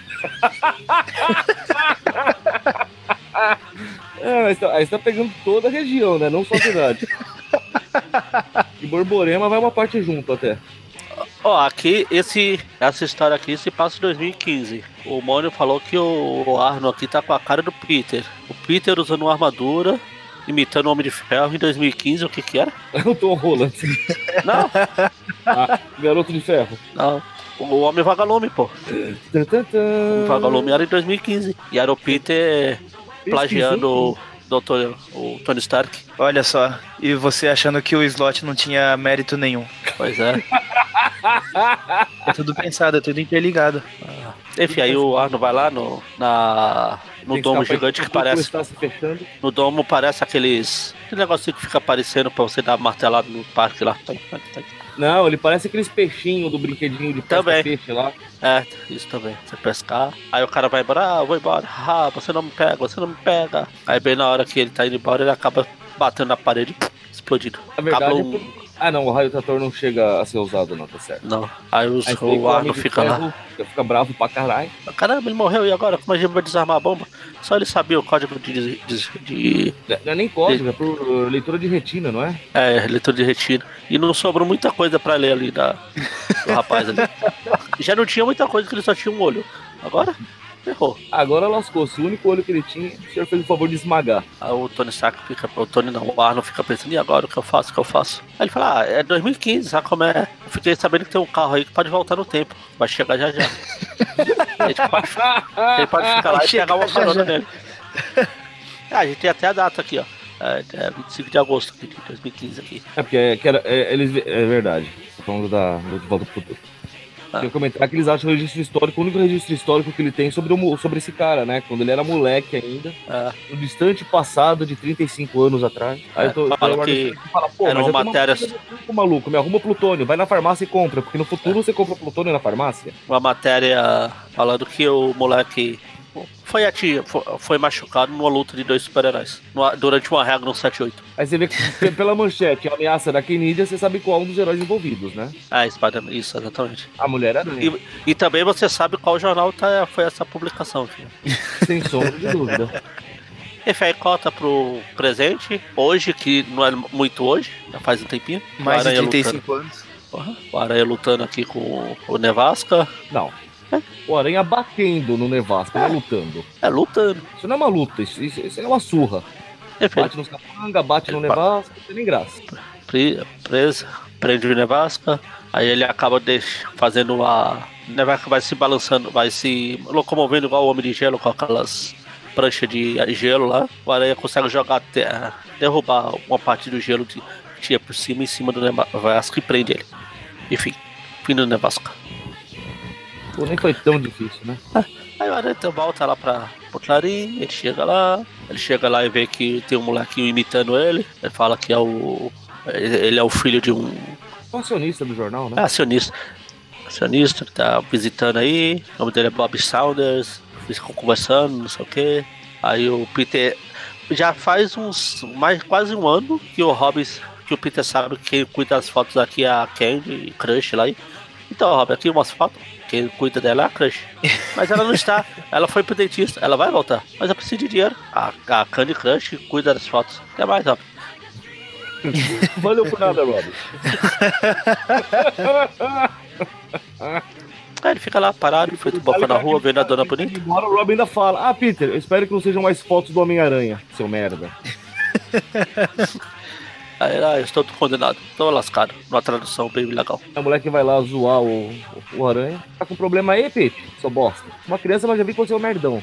Aí você tá pegando toda a região, né? Não só a cidade. E Borborema vai uma parte junto até. Aqui, essa história aqui se passa em 2015. O Mônio falou que o Arno aqui tá com a cara do Peter. O Peter usando uma armadura, imitando o Homem de Ferro em 2015, o que era? Eu tô rolando. Não. Garoto de Ferro. Não. O Homem Vagalume, pô. O Vagalume era em 2015. E era o Peter plagiando o Tony Stark. Olha só, e você achando que o Slot não tinha mérito nenhum. Pois é. É tudo pensado, é tudo interligado. Enfim, aí o Arno vai lá no domo gigante que parece. No domo parece aquele negocinho que fica aparecendo pra você dar martelada no parque lá. Não, ele parece aqueles peixinhos do brinquedinho de pesca-peixe lá. É, isso também. Você pescar. Aí o cara vai embora, vou embora. Você não me pega, você não me pega. Aí bem na hora que ele tá indo embora, ele acaba batendo na parede, explodindo. Na verdade, não, o raio trator não chega a ser usado não, tá certo. Não, aí o Arno fica lá. Fica bravo pra caralho. Caramba, ele morreu, e agora? Como a gente vai desarmar a bomba? Só ele sabia o código de... Não é nem código, é por leitura de retina, não é? É, leitura de retina. E não sobrou muita coisa pra ler ali do rapaz ali. Já não tinha muita coisa, que ele só tinha um olho. Agora... ferrou. Agora lascou-se. O único olho que ele tinha, o senhor fez o favor de esmagar. Aí o Tony Stark o Arno fica pensando, e agora o que eu faço? Aí ele fala, é 2015, sabe como é? Eu fiquei sabendo que tem um carro aí que pode voltar no tempo. Vai chegar já. A gente pode ficar lá e pegar uma carona nele. A gente tem até a data aqui, ó. É 25 de agosto aqui, de 2015 aqui. É porque é verdade. Tô falando do De Volta pro Futuro. Eu ia comentar que eles acham o registro histórico, o único registro histórico que ele tem sobre esse cara, né? Quando ele era moleque ainda, no distante passado de 35 anos atrás. Aí eu fala que pô, era mas uma matéria... maluco, me arruma plutônio, vai na farmácia e compra, porque no futuro você compra plutônio na farmácia. Uma matéria falando que o moleque foi machucado numa luta de 2 super-heróis, durante uma regra no 7-8. Aí você vê que pela manchete, a ameaça da Kennedy, você sabe qual é um dos heróis envolvidos, né? Spider-Man, isso, exatamente. A Mulher-Aranha. E também você sabe qual jornal foi essa publicação, filho. Sem sombra de dúvida. Enfim, aí cota pro presente, hoje, que não é muito hoje, já faz um tempinho. Mais de 35 anos. O Aranha lutando aqui com o Nevasca. Não. O Aranha batendo no Nevasca, não é lutando. É, lutando. Isso não é uma luta, isso é uma surra. Bate nos capanga, bate no Nevasca, não tem nem graça. Prende o Nevasca, aí ele acaba fazendo a... O Nevasca vai se balançando, vai se locomovendo igual o Homem de Gelo com aquelas pranchas de gelo lá. O Aranha consegue jogar derrubar uma parte do gelo que tinha por cima, em cima do Nevasca e prende ele. Enfim, fim do Nevasca. Pô, nem foi tão difícil, né? Aí o Aranha volta lá pro Clarim, ele chega lá e vê que tem um molequinho imitando ele. Ele fala que ele é o filho de um acionista do jornal, né? É acionista que tá visitando aí. O nome dele é Bob Saunders. Eles ficam conversando, não sei o que. Aí o Peter já faz quase um ano que o Peter sabe que quem cuida das fotos aqui é a Candy, Crush lá. Então, Rob, aqui umas fotos. Quem cuida dela é a Crush. Mas ela não está. Ela foi pro dentista. Ela vai voltar. Mas eu preciso de dinheiro. A Candy Crush cuida das fotos. Até mais, Rob. Valeu por nada, Rob. Ele fica lá parado, feito boca na rua, vendo a dona bonita. Embora o Rob ainda fala: Peter, eu espero que não sejam mais fotos do Homem-Aranha, seu merda. Aí, eu estou condenado, estou lascado. Uma tradução bem legal. A moleque vai lá zoar o Aranha. Tá com problema aí, Peter, seu bosta. Uma criança ela já vi com o seu merdão.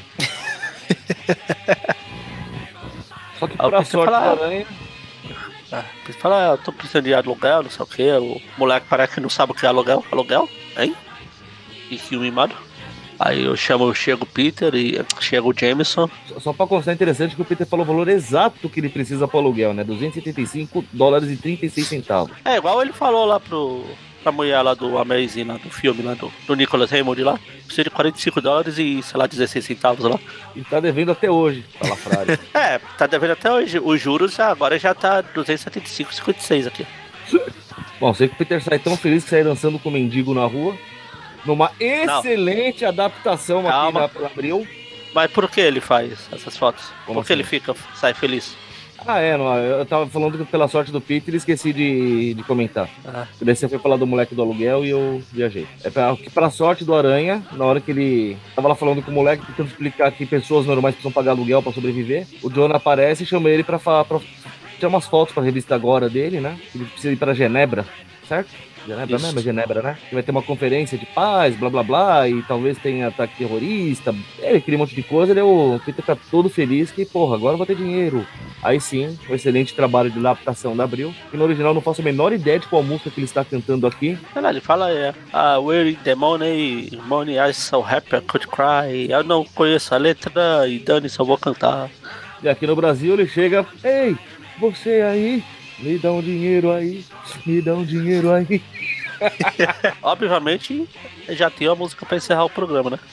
Só que pra sorte do Aranha. Ele fala, eu tô precisando de aluguel, não sei o que. O moleque parece que não sabe o que é aluguel. Aluguel? Hein? E que mimado. Aí eu chego o Peter e chega o Jameson. Só pra constar, interessante que o Peter falou o valor exato que ele precisa pro aluguel, né? $275,36. É, igual ele falou lá pra mulher lá do Amazing, lá do filme, lá do Nicholas Raymond lá. Precisa de $45 e, sei lá, 16 centavos lá. E tá devendo até hoje, fala a frase. Tá devendo até hoje. Os juros agora já tá 275,56 aqui. Bom, sei que o Peter sai tão feliz que sai dançando com o mendigo na rua. Numa excelente adaptação aqui na Abril. Mas por que ele faz essas fotos? Como por que assim? ele sai feliz? Não, eu tava falando que pela sorte do Peter e esqueci de comentar. Daí você foi falar do moleque do aluguel e eu viajei. Pela sorte do Aranha, na hora que ele tava lá falando com o moleque, tentando explicar que pessoas normais precisam pagar aluguel pra sobreviver, o Jonah aparece e chama ele pra tirar umas fotos pra revista agora dele, né? Ele precisa ir pra Genebra, certo? Genebra mesmo? Genebra, né? Que vai ter uma conferência de paz, blá blá blá, e talvez tenha ataque terrorista. Ele queria um monte de coisa, o Peter tá todo feliz que, porra, agora eu vou ter dinheiro. Aí sim, um excelente trabalho de adaptação da Abril. Que no original eu não faço a menor ideia de qual música que ele está cantando aqui. Ele fala, where is the money? Money, I'm so happy I could cry. Eu não conheço a letra e dane só vou cantar. E aqui no Brasil ele chega, ei, você aí, me dá um dinheiro aí, me dá um dinheiro aí. Obviamente, já tem uma música pra encerrar o programa, né?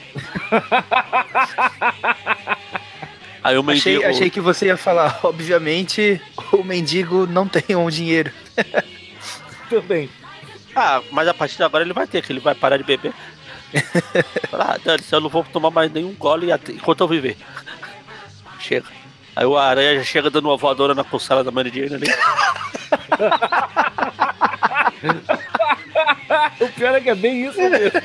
Aí o mendigo... Achei que você ia falar, obviamente, o mendigo não tem um dinheiro. Também. Mas a partir de agora ele vai ter, que ele vai parar de beber. Dane-se, eu não vou tomar mais nenhum gole enquanto eu viver. Chega. Aí o Aranha já chega dando uma voadora na costela da Mary Jane ali. O pior é que é bem isso mesmo.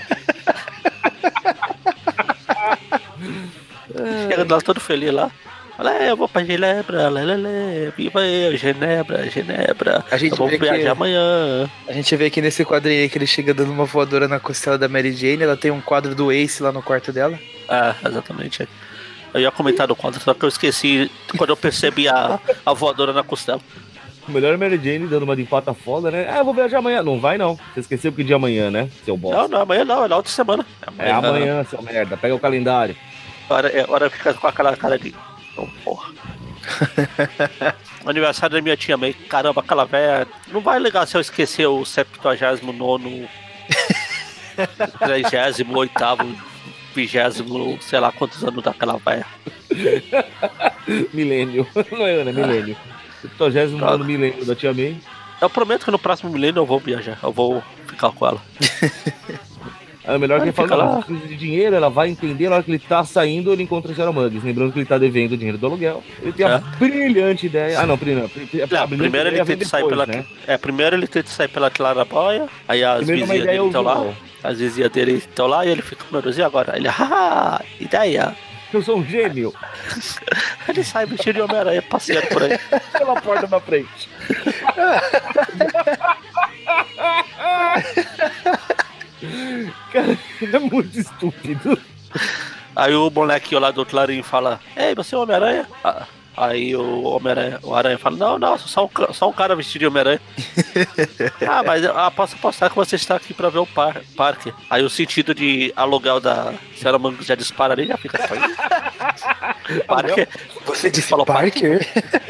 Chega lá todo feliz lá. Fala, eu vou pra Genebra, viva eu, Genebra. Eu vou viajar amanhã. A gente vê aqui nesse quadrinho aí que ele chega dando uma voadora na costela da Mary Jane. Ela tem um quadro do Ace lá no quarto dela. Exatamente. Eu ia comentar do quadro, só que eu esqueci quando eu percebi a voadora na costela. O melhor é Mary Jane dando uma de empata foda, né? Eu vou viajar amanhã. Não vai, não. Você esqueceu que dia amanhã, né, seu bosta? Não, amanhã não, é na outra semana. É amanhã, seu merda. Pega o calendário. Agora fica com aquela cara de... porra. Aniversário da minha tia May. Caramba, aquela velha... Não vai ligar se eu esquecer o 79º... 38º... 20º... Sei lá quantos anos daquela velha. Milênio. Não é, né? Milênio. 70º milênio da tia May. Eu prometo que no próximo milênio eu vou viajar. Eu vou ficar com ela. É melhor que ele fala, não, precisa de dinheiro, ela vai entender, na hora que ele tá saindo, ele encontra a Sarah Muggs. Lembrando que ele tá devendo o dinheiro do aluguel. Ele tem a brilhante ideia. Primeiro ele tenta sair pela... né? Primeiro ele tenta sair pela claraboia, aí as vizinhas dele estão lá. As vizinhas dele estão lá e ele fica, meu Deus, e agora? Ele, ideia. Eu sou um gênio. Ele sai vestido de Homem-Aranha passeando por aí. Pela porta da frente. Cara, é muito estúpido. Aí o moleque lá do clarim fala, ei, você é o Homem-Aranha? Aí o Aranha fala, não, só um cara vestido de Homem-Aranha. Mas eu posso apostar que você está aqui pra ver o parque. Aí o sentido de aluguel da Sarah Muggs já dispara ali, já fica só Parker. Você disse falou Parker?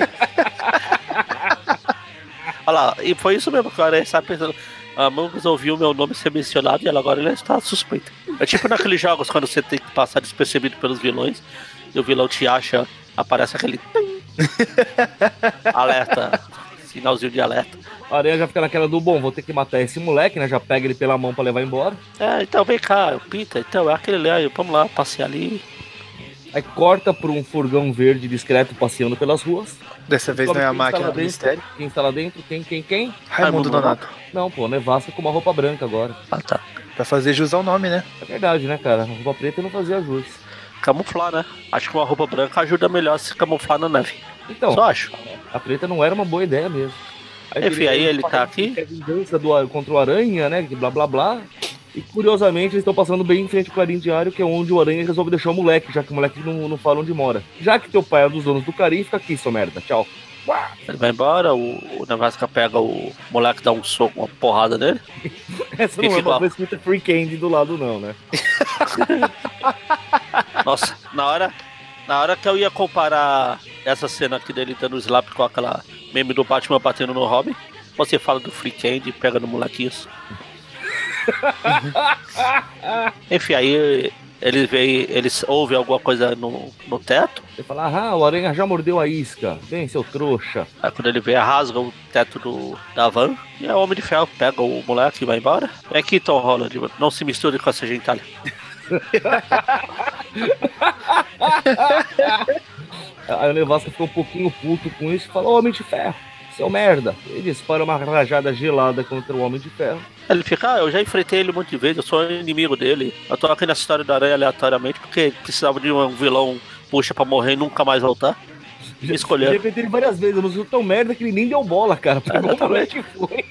Olha lá, e foi isso mesmo que o Aranha está pensando. A Muggs ouviu meu nome ser mencionado e agora ele está suspeito. É tipo naqueles jogos quando você tem que passar despercebido pelos vilões e o vilão te acha, aparece aquele alerta. sinalzinho de alerta. A Aranha já fica naquela do, bom, vou ter que matar esse moleque, né? Já pega ele pela mão pra levar embora. Então vem cá, Peter, então é aquele ali, vamos lá, passear ali. Aí corta por um furgão verde discreto passeando pelas ruas. Dessa vez não é a máquina do dentro. mistério. Quem está lá dentro? Quem? Raimundo Donato. Não, pô, Nevasca com uma roupa branca agora. Ah, tá. Pra fazer jus ao nome, né? É verdade, né, cara? A roupa preta não fazia jus. Camuflar, né? Acho que uma roupa branca ajuda melhor a se camuflar na neve. Então, Só acho. a preta não era uma boa ideia mesmo. Enfim, aí ele tá aqui. A vingança contra o Aranha, né? Blá blá blá. E curiosamente eles estão passando bem em frente ao Clarim Diário, que é onde o Aranha resolve deixar o moleque, já que o moleque não fala onde mora. Já que teu pai é um dos donos do Clarim, fica aqui, seu merda. Tchau. Ele vai embora, o Nevasca pega o moleque, dá um soco, uma porrada nele. Essa não é uma coisa escrita Free Candy do lado, não, né? Nossa, na hora que eu ia comparar essa cena aqui dele dando slap com aquela meme do Batman batendo no Robin, você fala do Free Candy e pega no molequinho. Enfim, aí eles ouvem alguma coisa no teto. Você fala, o Aranha já mordeu a isca. Vem, seu trouxa. Aí quando ele vê, rasga o teto da van. E o Homem de Ferro pega o moleque e vai embora. Vem aqui, Tom Holland, não se misture com essa gentalha. Aí o Nevasca ficou um pouquinho puto com isso e falou, Homem de Ferro, seu merda. Ele dispara uma rajada gelada contra o Homem de Ferro. Ele fica, eu já enfrentei ele um monte de vezes, eu sou inimigo dele. Eu tô aqui nessa história do Aranha aleatoriamente porque precisava de um vilão puxa pra morrer e nunca mais voltar. Me escolheram. Eu enfrentei ele várias vezes, eu não sou tão merda que ele nem deu bola, cara. Pegou o moleque e foi.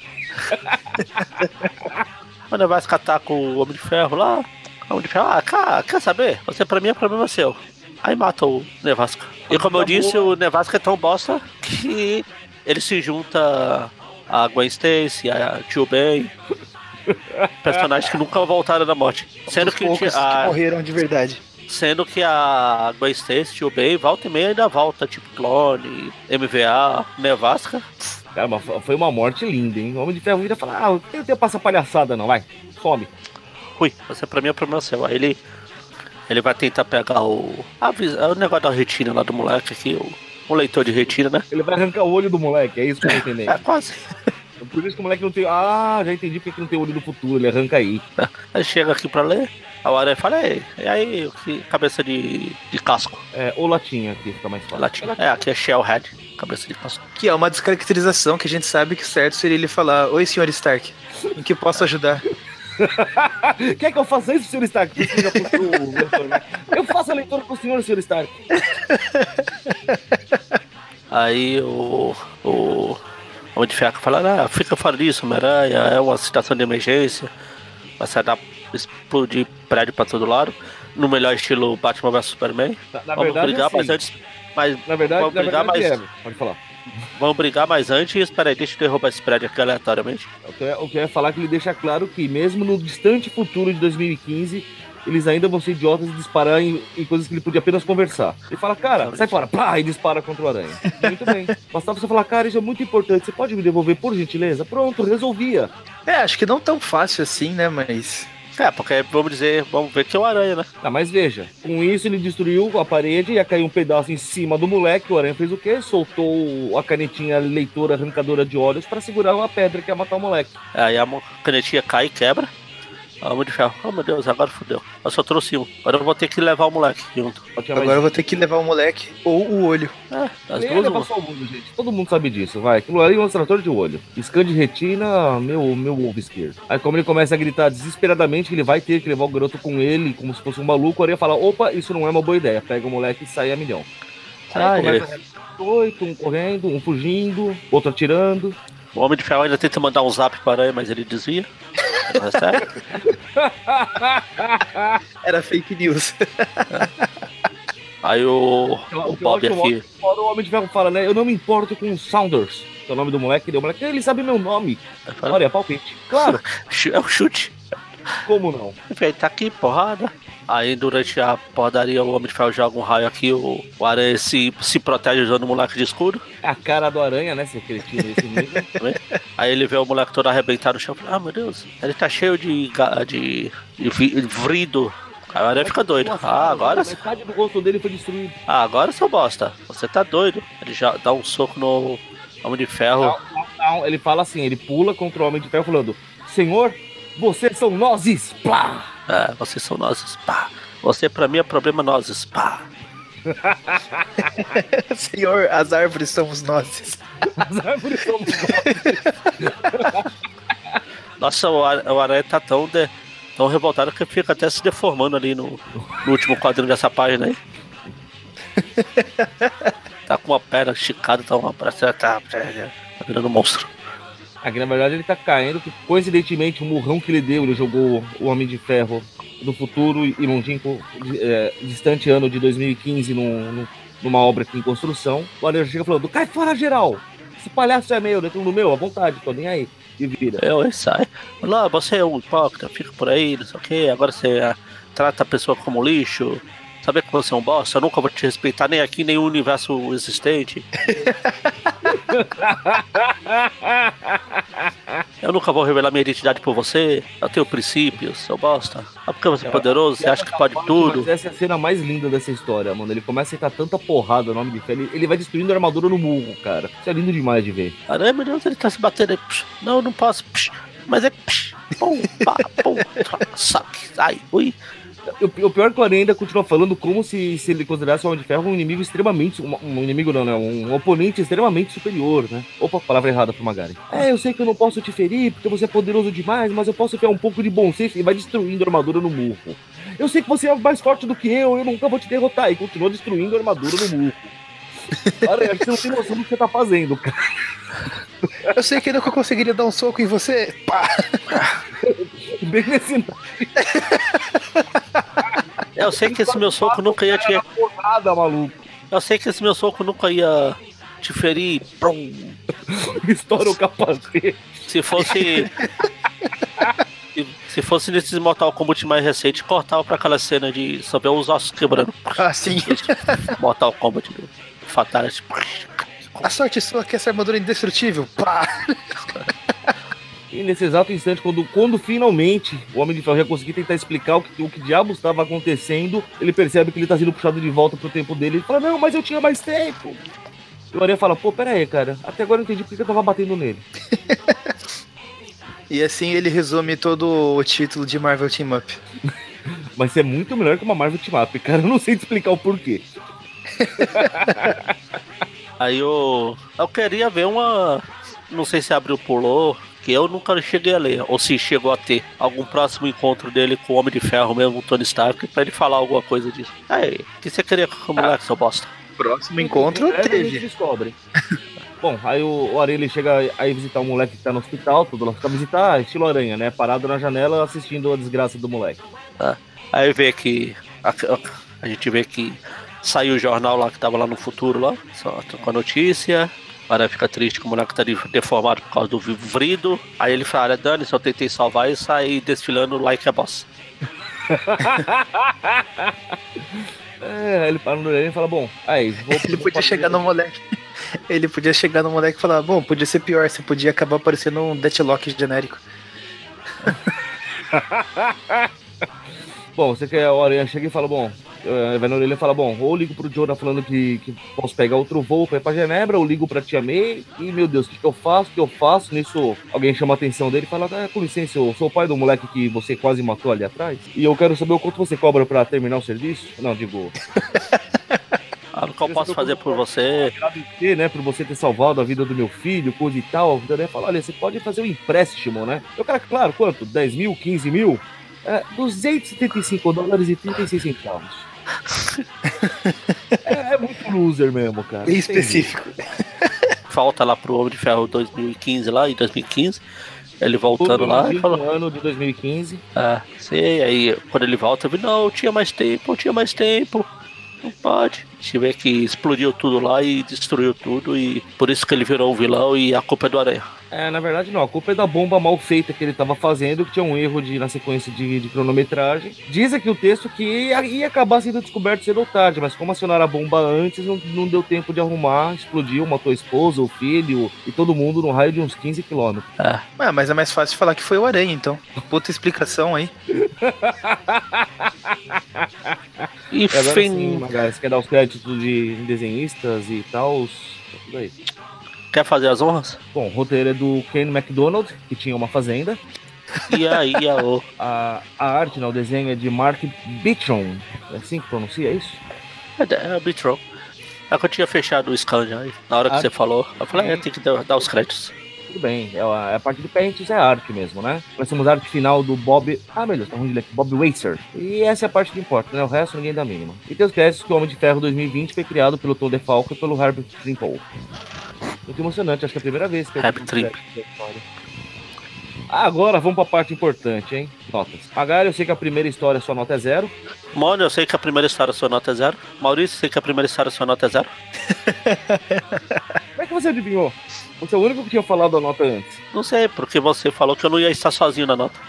O Nevasca ataca o Homem de Ferro lá. O Homem de Ferro, quer saber? Você pra mim é problema seu. Aí mata o Nevasca. E como eu disse, o Nevasca é tão bosta que ele se junta a Gwen Stacy, a Tio Ben, personagens que nunca voltaram da morte. Sendo que morreram de verdade. Sendo que a Gwen Stacy, Tio Ben, volta e meia ainda volta, tipo Clone, MVA, Nevasca. Cara, mas foi uma morte linda, hein? O Homem de Ferro vira e fala, eu tenho tempo pra essa palhaçada não, vai, some. Rui, você pra mim é problema seu. Aí ele vai tentar pegar o negócio da retina lá do moleque aqui, o leitor de retina, né? Ele vai arrancar o olho do moleque, é isso que eu entendi. É, quase. Por isso que o moleque não tem... já entendi porque não tem olho do futuro, ele arranca aí. Aí chega aqui pra ler, a Aranha fala, e aí, cabeça de casco. Ou latinha aqui, fica mais fácil. Latinha. Aqui é Shellhead, cabeça de casco. Que é uma descaracterização que a gente sabe que certo seria ele falar, oi, senhor Stark, em que posso ajudar? Quer que eu faça isso, senhor Stark? Eu faço a leitura com o senhor Stark. Aí o Homem de Ferro fala, fica fora disso, Homem-Aranha, é uma situação de emergência, vai sair explodir prédio pra todo lado, no melhor estilo Batman vs Superman. Vamos brigar, assim, mas antes. Na verdade, pode falar. Vamos brigar, mas antes, peraí, deixa eu derrubar esse prédio aqui aleatoriamente. O que eu ia falar é que ele deixa claro que mesmo no distante futuro de 2015, eles ainda vão ser idiotas e disparar em coisas que ele podia apenas conversar. Ele fala, cara, sai fora, pá, e dispara contra o Aranha. Muito bem. Bastava você falar, cara, isso é muito importante, você pode me devolver por gentileza? Pronto, resolvia. Acho que não tão fácil assim, né, mas... Porque vamos ver que é o Aranha, né? Mas veja, com isso ele destruiu a parede, ia cair um pedaço em cima do moleque, o Aranha fez o quê? Soltou a canetinha leitora arrancadora de olhos pra segurar uma pedra que ia matar o moleque. Aí a canetinha cai e quebra. Homem de Ferro, oh meu Deus, agora fodeu. Eu só trouxe um, agora eu vou ter que levar o moleque junto. Agora eu vou ter que levar o moleque ou o olho. As duas levar só o mundo, gente. Todo mundo sabe disso, vai. Aquilo ali é um extrator de olho. Scan de retina, meu ovo esquerdo. Aí como ele começa a gritar desesperadamente que ele vai ter que levar o garoto com ele, como se fosse um maluco, o Aranha fala, opa, isso não é uma boa ideia. Pega o moleque e sai a milhão. Aí começa um correndo, um fugindo, outro atirando. O Homem de Ferro ainda tenta mandar um zap para Aranha, mas ele desvia. Era fake news. Aí o Bob aqui. O Homem de Ferro fala, né? Eu não me importo com o Saunders, que é o nome do moleque. O moleque, ele sabe meu nome. Olha, é palpite. Claro. É o chute. Como não? Enfim, tá aqui, porrada. Aí durante a porradaria o Homem de Ferro joga um raio aqui, o Aranha se protege usando o moleque de escudo. É a cara do Aranha, né? Se aquele tiro desse nível. Aí ele vê o moleque todo arrebentado no chão e fala, meu Deus, ele tá cheio de vrido. Aí o Aranha fica doido. Agora... Metade do rosto dele foi destruído. Agora, seu bosta, você tá doido. Ele já dá um soco no Homem de Ferro. Não, ele fala assim, ele pula contra o Homem de Ferro falando: Senhor, vocês são nozes! Plá! Vocês são nozes, pá. Você pra mim é problema nozes, pá. Senhor, as árvores somos nós. As árvores são nozes. Nossa, o Aranha tá tão revoltado que fica até se deformando ali no último quadrinho dessa página aí. Tá com uma perna esticada, tá virando um monstro. Aqui na verdade ele tá caindo, que coincidentemente o murrão que ele deu, ele jogou o Homem de Ferro do futuro e longínquo, distante ano de 2015 numa obra aqui em construção. O Aranha chega falando: cai fora geral! Esse palhaço é meu, dentro do meu, à vontade, tô nem aí. E vira. Aí sai. Não, você é um hipócrita, fica por aí, não sei o que. Agora você trata a pessoa como lixo. Saber que você é um bosta, eu nunca vou te respeitar nem aqui, nem no universo existente. Eu nunca vou revelar minha identidade por você. Eu tenho princípios, seu bosta. Só porque você é poderoso, você acha que pode tudo. Mas essa é a cena mais linda dessa história, mano. Ele começa a aceitar tanta porrada no Homem de Ferro. Ele vai destruindo a armadura no murro, cara. Isso é lindo demais de ver. Caramba, meu Deus, ele tá se batendo aí. Não, não posso. Mas é. Pum, pá, pum, saque, ai, ui. O pior é que o Aranha ainda continua falando como se ele considerasse o Homem de Ferro um inimigo extremamente... Um inimigo não, né? Um oponente extremamente superior, né? Opa, palavra errada pro Magari. Eu sei que eu não posso te ferir porque você é poderoso demais, mas eu posso ter um pouco de bom senso. E vai destruindo a armadura no murro. Eu sei que você é mais forte do que eu nunca vou te derrotar. E continua destruindo a armadura no murro. Aranha, acho que você não tem noção do que você tá fazendo, cara. Eu sei que nunca conseguiria dar um soco em você. Pá! Bem nesse... Eu sei que esse meu soco nunca ia te... Porrada, maluco. Eu sei que esse meu soco nunca ia te ferir. Estoura o capacete. Se fosse... Se fosse nesses Mortal Kombat mais recente, cortava pra aquela cena de só ver os ossos quebrando. Ah, sim. Mortal Kombat do Fatality. A sorte sua é que essa armadura é indestrutível. Pá! E nesse exato instante, quando finalmente o Homem de Ferro ia conseguir tentar explicar o que diabos estava acontecendo, ele percebe que ele está sendo puxado de volta pro tempo dele. Ele fala: não, mas eu tinha mais tempo. E o Aranha fala: pô, pera aí, cara. Até agora eu entendi porque eu tava batendo nele. E assim ele resume todo o título de Marvel Team Up. Mas é muito melhor que uma Marvel Team Up, cara. Eu não sei te explicar o porquê. Aí eu queria ver uma... Não sei se abriu pulou, que eu nunca cheguei a ler. Ou se chegou a ter algum próximo encontro dele com o Homem de Ferro mesmo, o Tony Stark, pra ele falar alguma coisa disso. Aí, o que você queria com o moleque, seu bosta? Próximo encontro A gente teve. descobre. Bom, aí o Aranha ele chega aí visitar o moleque que tá no hospital, tudo lá. Fica visitar, estilo Aranha, né? Parado na janela assistindo a desgraça do moleque. Aí vê que... A gente vê que saiu o jornal lá que tava lá no futuro, lá, só com a notícia. O Aranha fica triste que o moleque tá deformado por causa do vrido. Aí ele fala: Dani, só tentei salvar e saí desfilando like a boss. Ele para no Aranha e fala: bom, aí... Ele podia chegar no moleque. Ele podia chegar no moleque e falar: bom, podia ser pior, você podia acabar parecendo um Deathlock genérico. Bom, você quer, o Aranha chega e fala: bom, vai na orelha e fala: bom, ou ligo pro Jonah falando que posso pegar outro voo pra ir pra Genebra, ou ligo pra Tia May, e meu Deus, o que eu faço? Nisso, alguém chama a atenção dele e fala: com licença, eu sou o pai do moleque que você quase matou ali atrás, e eu quero saber o quanto você cobra pra terminar o serviço. Não, digo... O que eu posso fazer por você? Agradecer, né, por você ter salvado a vida do meu filho, coisa e tal. O Aranha fala: olha, você pode fazer um empréstimo, né? Eu, cara, claro, quanto? 10 mil, 15 mil? $275,36. É muito loser mesmo, cara. Bem específico. Falta lá pro Homem de Ferro 2015 lá, em 2015. Ele voltando lá e falou... No ano de 2015. Sei, aí quando ele volta, eu vi: não, eu tinha mais tempo. Não pode. A gente vê que explodiu tudo lá e destruiu tudo, e por isso que ele virou um vilão, e a culpa é do Aranha. Na verdade não, a culpa é da bomba mal feita que ele estava fazendo, que tinha um erro na sequência de cronometragem. Diz aqui o texto que ia acabar sendo descoberto cedo ou tarde, mas como acionaram a bomba antes, não deu tempo de arrumar, explodiu, matou a esposa, o filho e todo mundo no raio de uns 15 km. Mas é mais fácil falar que foi o Aranha, então. Puta explicação aí. Enfim. Sim, você quer dar os créditos de desenhistas e tal? Tudo aí. Quer fazer as honras? Bom, o roteiro é do Ken MacDonald, que tinha uma fazenda. E aí, A arte, né, o desenho é de Mark Bittron. É assim que pronuncia isso? é o Bitron. É que eu tinha fechado o scan já. Na hora que você falou, eu falei, tem que dar os créditos. Tudo bem, a parte de pentes é arte mesmo, né? Nós temos a arte final do Bob... Ah, meu Deus, tá ruim de ler aqui. Bob Weiser. E essa é a parte que importa, né? O resto ninguém dá mínima. E tem os créditos que o Homem de Ferro 2020 foi criado pelo Tom DeFalco e pelo Herbert Trimple. Muito emocionante, acho que é a primeira vez que eu Herbert Trimple. Agora vamos pra parte importante, hein? Notas. Magari, eu sei que a primeira história sua nota é 0. Mônio, eu sei que a primeira história sua nota é 0. Maurício, eu sei que a primeira história sua nota é 0. Como é que você adivinhou? Você é o único que tinha falado a nota antes. Não sei, porque você falou que eu não ia estar sozinho na nota.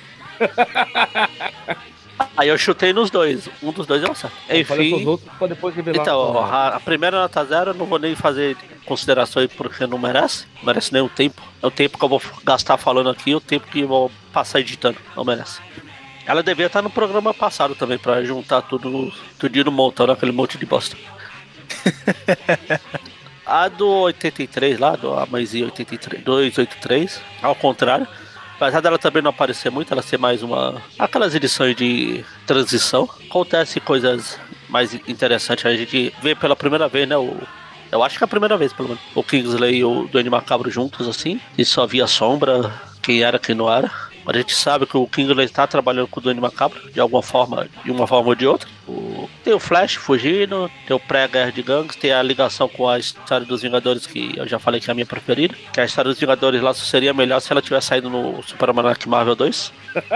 Aí eu chutei nos dois. Um dos dois deu certo. Falei Enfim. os outros pra depois revelar. Então, a primeira nota 0 eu não vou nem fazer considerações porque não merece. Não merece nem o tempo. É o tempo que eu vou gastar falando aqui, o tempo que eu vou passar editando. Não merece. Ela devia estar no programa passado também, pra juntar tudo no montão, aquele monte de bosta. A do 83 lá, a mãezinha 83, 283, ao contrário. Apesar dela também não aparecer muito, ela ser mais aquelas edições de transição. Acontece coisas mais interessantes. A gente vê pela primeira vez, né? Eu acho que é a primeira vez, pelo menos. O Kingsley e o Duende Macabro juntos, assim. E só via sombra, quem era, quem não era. Mas a gente sabe que o Kingsley está trabalhando com o Duende Macabro, de alguma forma, de uma forma ou de outra. Tem o Flash fugindo, tem o pré-guerra de gangues, tem a ligação com a história dos Vingadores, que eu já falei que é a minha preferida. Que a história dos Vingadores lá seria melhor se ela tivesse saído no Super Almanac Marvel 2.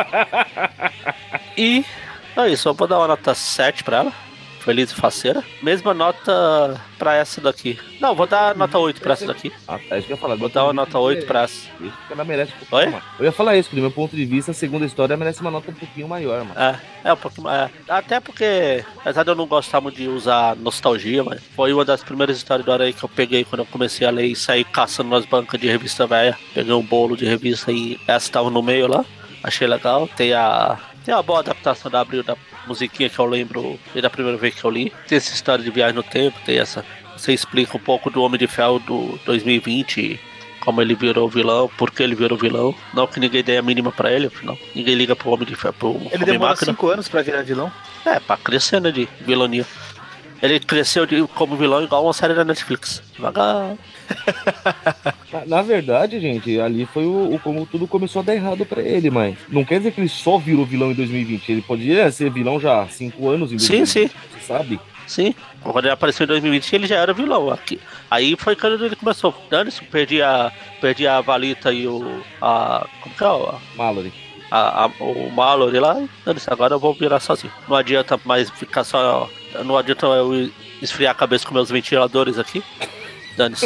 E é isso, eu vou dar uma nota 7 pra ela. Feliz e faceira. Mesma nota pra essa daqui. Não, vou dar nota 8 pra essa daqui. É isso que eu ia falar. Vou dar uma nota 8 pra essa. Isso que ela merece um Oi? pouquinho mais. Eu ia falar isso, que do meu ponto de vista, a segunda história merece uma nota um pouquinho maior, mano. Um pouquinho mais. Até porque, apesar de eu não gostar muito de usar nostalgia, mas foi uma das primeiras histórias do Aranha que eu peguei quando eu comecei a ler e saí caçando nas bancas de revista velha. Peguei um bolo de revista e essa tava no meio lá. Achei legal. Tem uma boa adaptação da Abril, da musiquinha que eu lembro desde a primeira vez que eu li. Tem essa história de viagem no tempo, tem essa. Você explica um pouco do Homem de Ferro do 2020, como ele virou vilão, por que ele virou vilão. Não que ninguém dê a mínima pra ele, afinal. Ninguém liga pro Homem de Ferro, pro Ele demora 5 anos pra virar vilão. Pra crescer, né, de vilonia. Ele cresceu como vilão igual uma série da Netflix. Devagar. Na verdade, gente, ali foi como tudo começou a dar errado pra ele, mas não quer dizer que ele só virou vilão em 2020. Ele podia ser vilão já há 5 anos em 2020. Sim. Você sabe? Sim. Quando ele apareceu em 2020, ele já era vilão. Aí foi quando ele começou. Dane-se, perdi a Valita e como que é? Mallory. O Mallory lá. Dane-se, agora eu vou virar sozinho. Não adianta mais ficar só. Não adianta eu esfriar a cabeça com meus ventiladores aqui. Dane-se.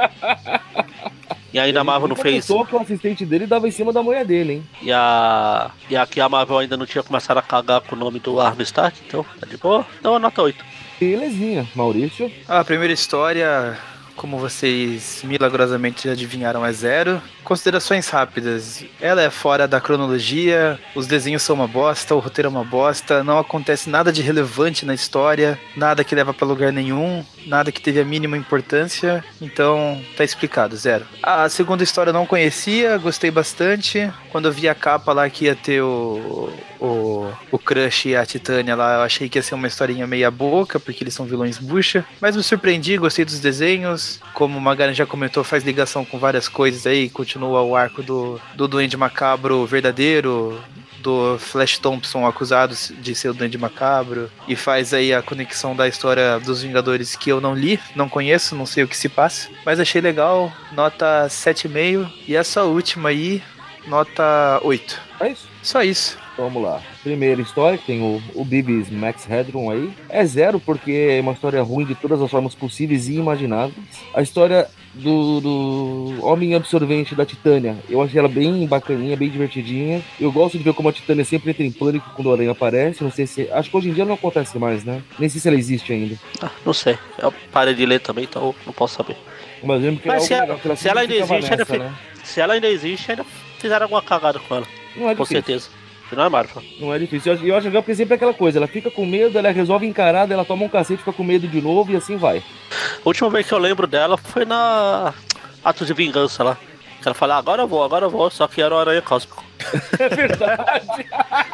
E ainda a Marvel não fez. Só que o assistente dele dava em cima da mulher dele, hein? E aqui a Marvel ainda não tinha começado a cagar com o nome do Army Stark, então tá de boa. Então nota 8. Belezinha, Maurício. A primeira história, como vocês milagrosamente adivinharam, é 0. Considerações rápidas. Ela é fora da cronologia, os desenhos são uma bosta, o roteiro é uma bosta, não acontece nada de relevante na história, nada que leva pra lugar nenhum, nada que teve a mínima importância, então tá explicado, 0. A segunda história eu não conhecia, gostei bastante. Quando eu vi a capa lá que ia ter o Crush e a Titânia lá, eu achei que ia ser uma historinha meia boca, porque eles são vilões bucha, mas me surpreendi, gostei dos desenhos. Como o Magaren já comentou, faz ligação com várias coisas aí, continua o arco do Duende Macabro verdadeiro, do Flash Thompson acusado de ser o Duende Macabro, e faz aí a conexão da história dos Vingadores que eu não li, não conheço, não sei o que se passa, mas achei legal, nota 7,5, e essa última aí, nota 8. É isso? Só isso. Vamos lá. Primeira história, que tem o Bibis Max Headroom aí. É 0 porque é uma história ruim de todas as formas possíveis e imagináveis. A história do Homem Absorvente da Titânia, eu achei ela bem bacaninha, bem divertidinha. Eu gosto de ver como a Titânia sempre entra em pânico quando o Aranha aparece. Não sei se... Acho que hoje em dia não acontece mais, né? Nem sei se ela existe ainda. Não sei. Eu parei de ler também, então não posso saber. Mas lembro que se ela ainda existe, né? Se ela ainda existe, ainda fizeram alguma cagada com ela. Não é difícil. Com certeza. Não é Marvel. Não é difícil. Eu acho legal porque sempre é aquela coisa. Ela fica com medo, ela resolve encarar, ela toma um cacete, fica com medo de novo e assim vai. A última vez que eu lembro dela foi ato de vingança lá. Ela fala, agora eu vou, só que era o Aranha Cósmico. É verdade.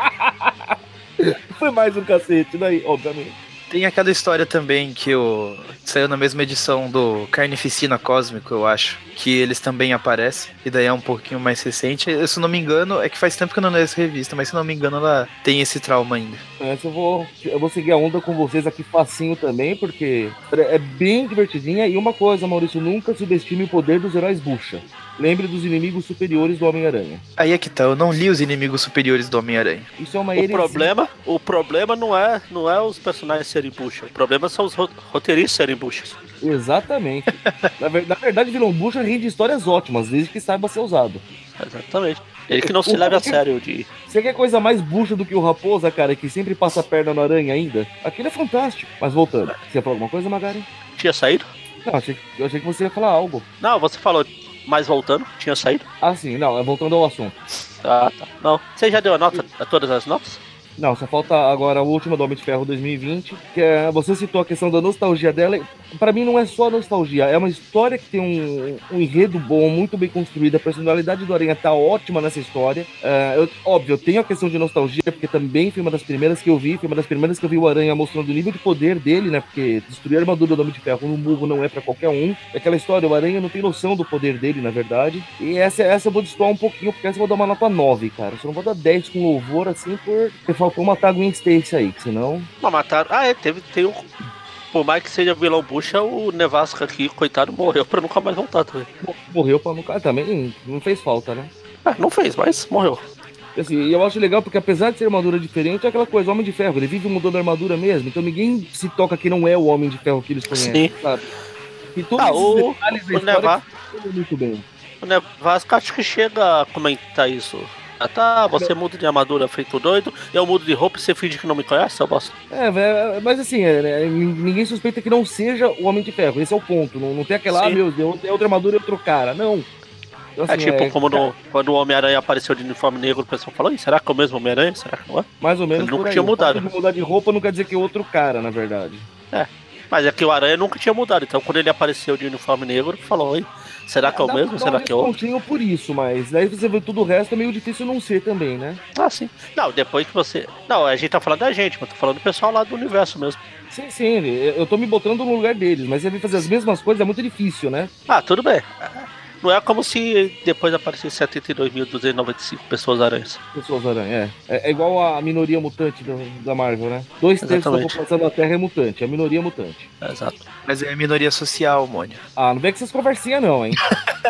Foi mais um cacete, daí, obviamente. Tem aquela história também que saiu na mesma edição do Carnificina Cósmico, eu acho, que eles também aparecem, e daí é um pouquinho mais recente. Eu, se não me engano, é que faz tempo que eu não leio essa revista, mas se não me engano ela tem esse trauma ainda. Essa eu vou seguir a onda com vocês aqui facinho também, porque é bem divertidinha. E uma coisa, Maurício, nunca subestime o poder dos heróis bucha. Lembre dos inimigos superiores do Homem-Aranha. Aí é que tá, eu não li os inimigos superiores do Homem-Aranha. Isso é uma O problema não é os personagens serem bucha. O problema são os roteiristas serem buchas. Exatamente. Na verdade, vilão bucha rende histórias ótimas, desde que saiba ser usado. Exatamente. Ele que não se leve a sério de... Você quer coisa mais bucha do que o Raposa, cara, que sempre passa a perna no aranha ainda? Aquilo é fantástico. Mas voltando, você ia falar alguma coisa, Magari? Tinha saído? Não, eu achei que você ia falar algo. Não, você falou, mas voltando, tinha saído? Ah, sim, não, voltando ao assunto. Ah, tá. Não. Você já deu a nota a todas as notas? Não, só falta agora a última do Homem de Ferro 2020, que é, você citou a questão da nostalgia dela. Pra mim não é só nostalgia, é uma história que tem um enredo bom, muito bem construída, a personalidade do Aranha tá ótima nessa história. Óbvio, eu tenho a questão de nostalgia, porque também foi uma das primeiras que eu vi, o Aranha mostrando o nível de poder dele, né, porque destruir a armadura do Homem de Ferro no burro não é pra qualquer um. É aquela história, o Aranha não tem noção do poder dele, na verdade. E essa eu vou destoar um pouquinho, porque essa eu vou dar uma nota 9, cara. Eu só não vou dar 10 com louvor, assim, porque faltou matar a Gwen Stacy aí, que senão... Não, mataram... tem um... Por mais que seja vilão bucha, o Nevasca aqui, coitado, morreu pra nunca mais voltar também. Morreu pra nunca... também não fez falta, né? Não fez, mas morreu. Assim, eu acho legal porque apesar de ser armadura diferente, é aquela coisa, o Homem de Ferro, ele vive mudando a armadura mesmo, então ninguém se toca que não é o Homem de Ferro que eles conhecem, sabe? E todos esses detalhes da história muito bem. O Nevasca acho que chega a comentar isso. Você muda de armadura feito doido, eu mudo de roupa e você finge que não me conhece, eu bosta. Mas assim, ninguém suspeita que não seja o Homem de Ferro, esse é o ponto. Não tem aquela, meu Deus, é outra armadura e outro cara, não. Então, assim, quando o Homem-Aranha apareceu de uniforme negro, o pessoal falou, será que é o mesmo Homem-Aranha? Será que não é? Mais ou menos. Ele nunca tinha mudado. Mudar de roupa não quer dizer que é outro cara, na verdade. Mas é que o Aranha nunca tinha mudado, então quando ele apareceu de uniforme negro, falou, será que é o mesmo? Será que é outro? Não por isso, mas daí você vê tudo o resto, é meio difícil não ser também, né? Ah, sim. Não, depois que você... Não, a gente tá falando da gente, mas tô falando do pessoal lá do universo mesmo. Sim, eu tô me botando no lugar deles, mas você vem fazer as mesmas coisas é muito difícil, né? Ah, tudo bem. Não é como se depois aparecesse 72.295 pessoas aranhas. Pessoas aranha, é igual a minoria mutante da Marvel, né? 2/3 da população da Terra é mutante, a minoria é mutante. Exato. Mas é a minoria social, Mônio. Ah, não vem com essas conversinhas não, hein?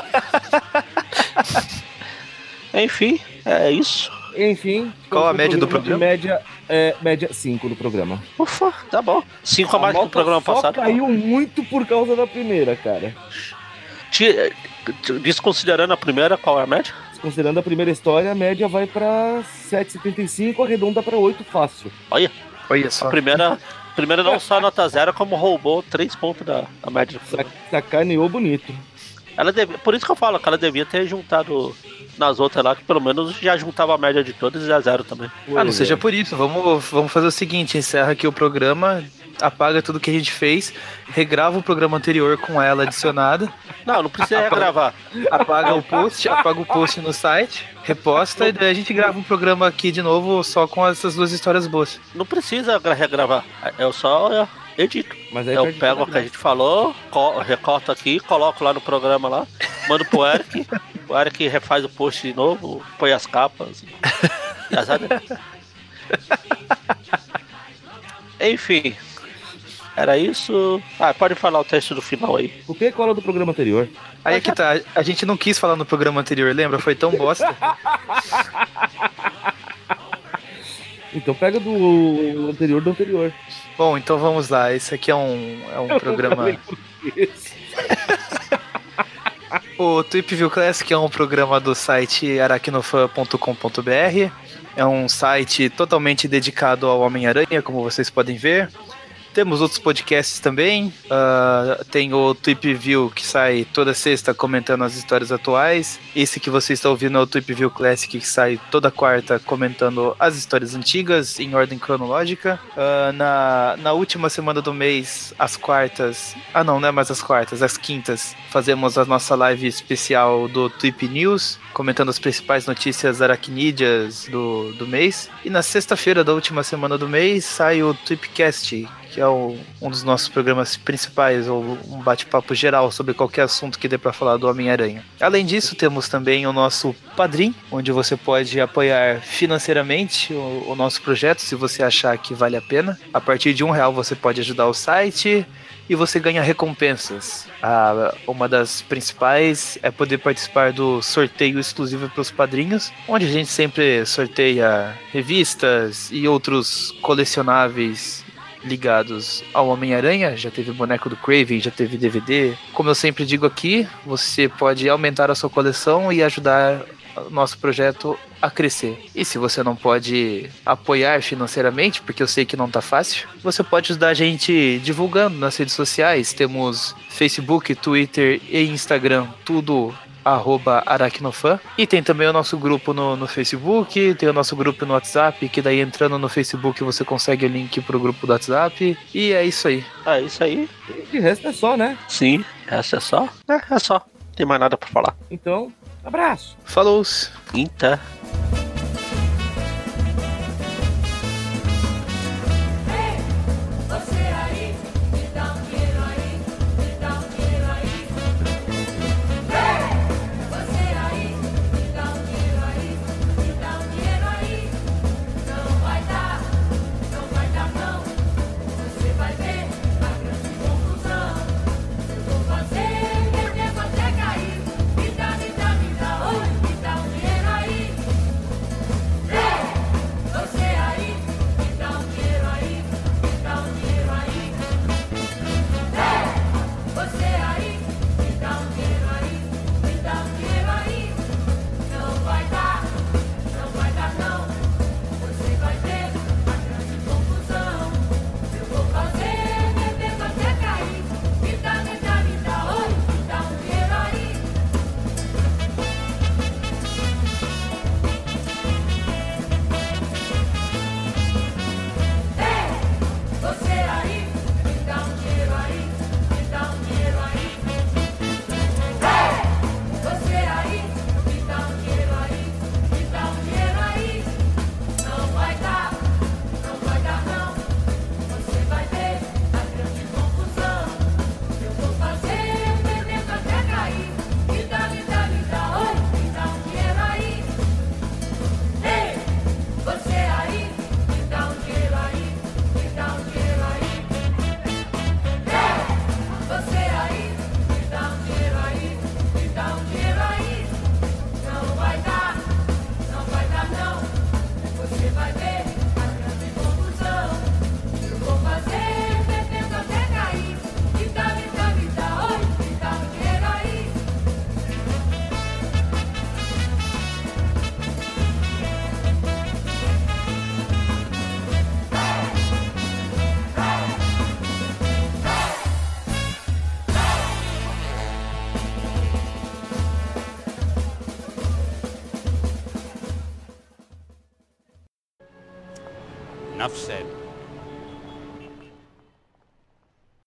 Enfim, é isso. Enfim. Qual a média do programa? Média 5 do programa. Ufa, tá bom. 5 a mais do programa passado. Caiu muito por causa da primeira, cara. Desconsiderando a primeira, qual é a média? Desconsiderando a primeira história, a média vai pra 7,75, arredonda pra 8 fácil. Olha só. A primeira não só nota 0, como roubou 3 pontos da média. Sacaneou bonito. Por isso que eu falo que ela devia ter juntado nas outras lá, que pelo menos já juntava a média de todas e a 0 também. Não seja por isso. Vamos fazer o seguinte, encerra aqui o programa, apaga tudo que a gente fez, regrava o programa anterior com ela adicionada. Não precisa regravar. Apaga o post no site, reposta e daí a gente grava um programa aqui de novo só com essas duas histórias boas. Não precisa regravar, eu só edito. Mas aí eu pego o que a gente falou, recorto aqui, coloco lá no programa lá, mando pro Eric, o Eric refaz o post de novo, põe as capas. Enfim. Era isso. Pode falar o texto do final aí. O que é cola do programa anterior? Aí é que tá, a gente não quis falar no programa anterior, lembra? Foi tão bosta. Então pega do anterior do anterior. Bom, então vamos lá. Esse aqui é um programa... O Tweep View Classic é um programa do site aracnofan.com.br. É um site totalmente dedicado ao Homem-Aranha, como vocês podem ver. Temos outros podcasts também. Tem o Tweep View, que sai toda sexta comentando as histórias atuais. Esse que você está ouvindo é o Tweep View Classic, que sai toda quarta comentando as histórias antigas em ordem cronológica. Na última semana do mês, às quartas... não é mais as quartas, às quintas, fazemos a nossa live especial do Tweep News, comentando as principais notícias aracnídeas do mês. E na sexta-feira da última semana do mês sai o Tweepcast, que é um dos nossos programas principais, ou um bate-papo geral sobre qualquer assunto que dê para falar do Homem-Aranha. Além disso, temos também o nosso Padrim, onde você pode apoiar financeiramente o nosso projeto, se você achar que vale a pena. A partir de R$1 você pode ajudar o site e você ganha recompensas. Uma das principais é poder participar do sorteio exclusivo para os padrinhos, onde a gente sempre sorteia revistas e outros colecionáveis ligados ao Homem-Aranha. Já teve boneco do Kraven, já teve DVD. Como eu sempre digo aqui, você pode aumentar a sua coleção e ajudar o nosso projeto a crescer. E se você não pode apoiar financeiramente, porque eu sei que não tá fácil, você pode ajudar a gente divulgando nas redes sociais. Temos Facebook, Twitter e Instagram, tudo @aracnofan. E tem também o nosso grupo no Facebook, tem o nosso grupo no WhatsApp, que daí entrando no Facebook você consegue o link pro grupo do WhatsApp. E é isso aí. É isso aí. E de resto é só, né? Sim, essa é só. É só. Não tem mais nada pra falar. Então, abraço. Falou! Então. Enough said.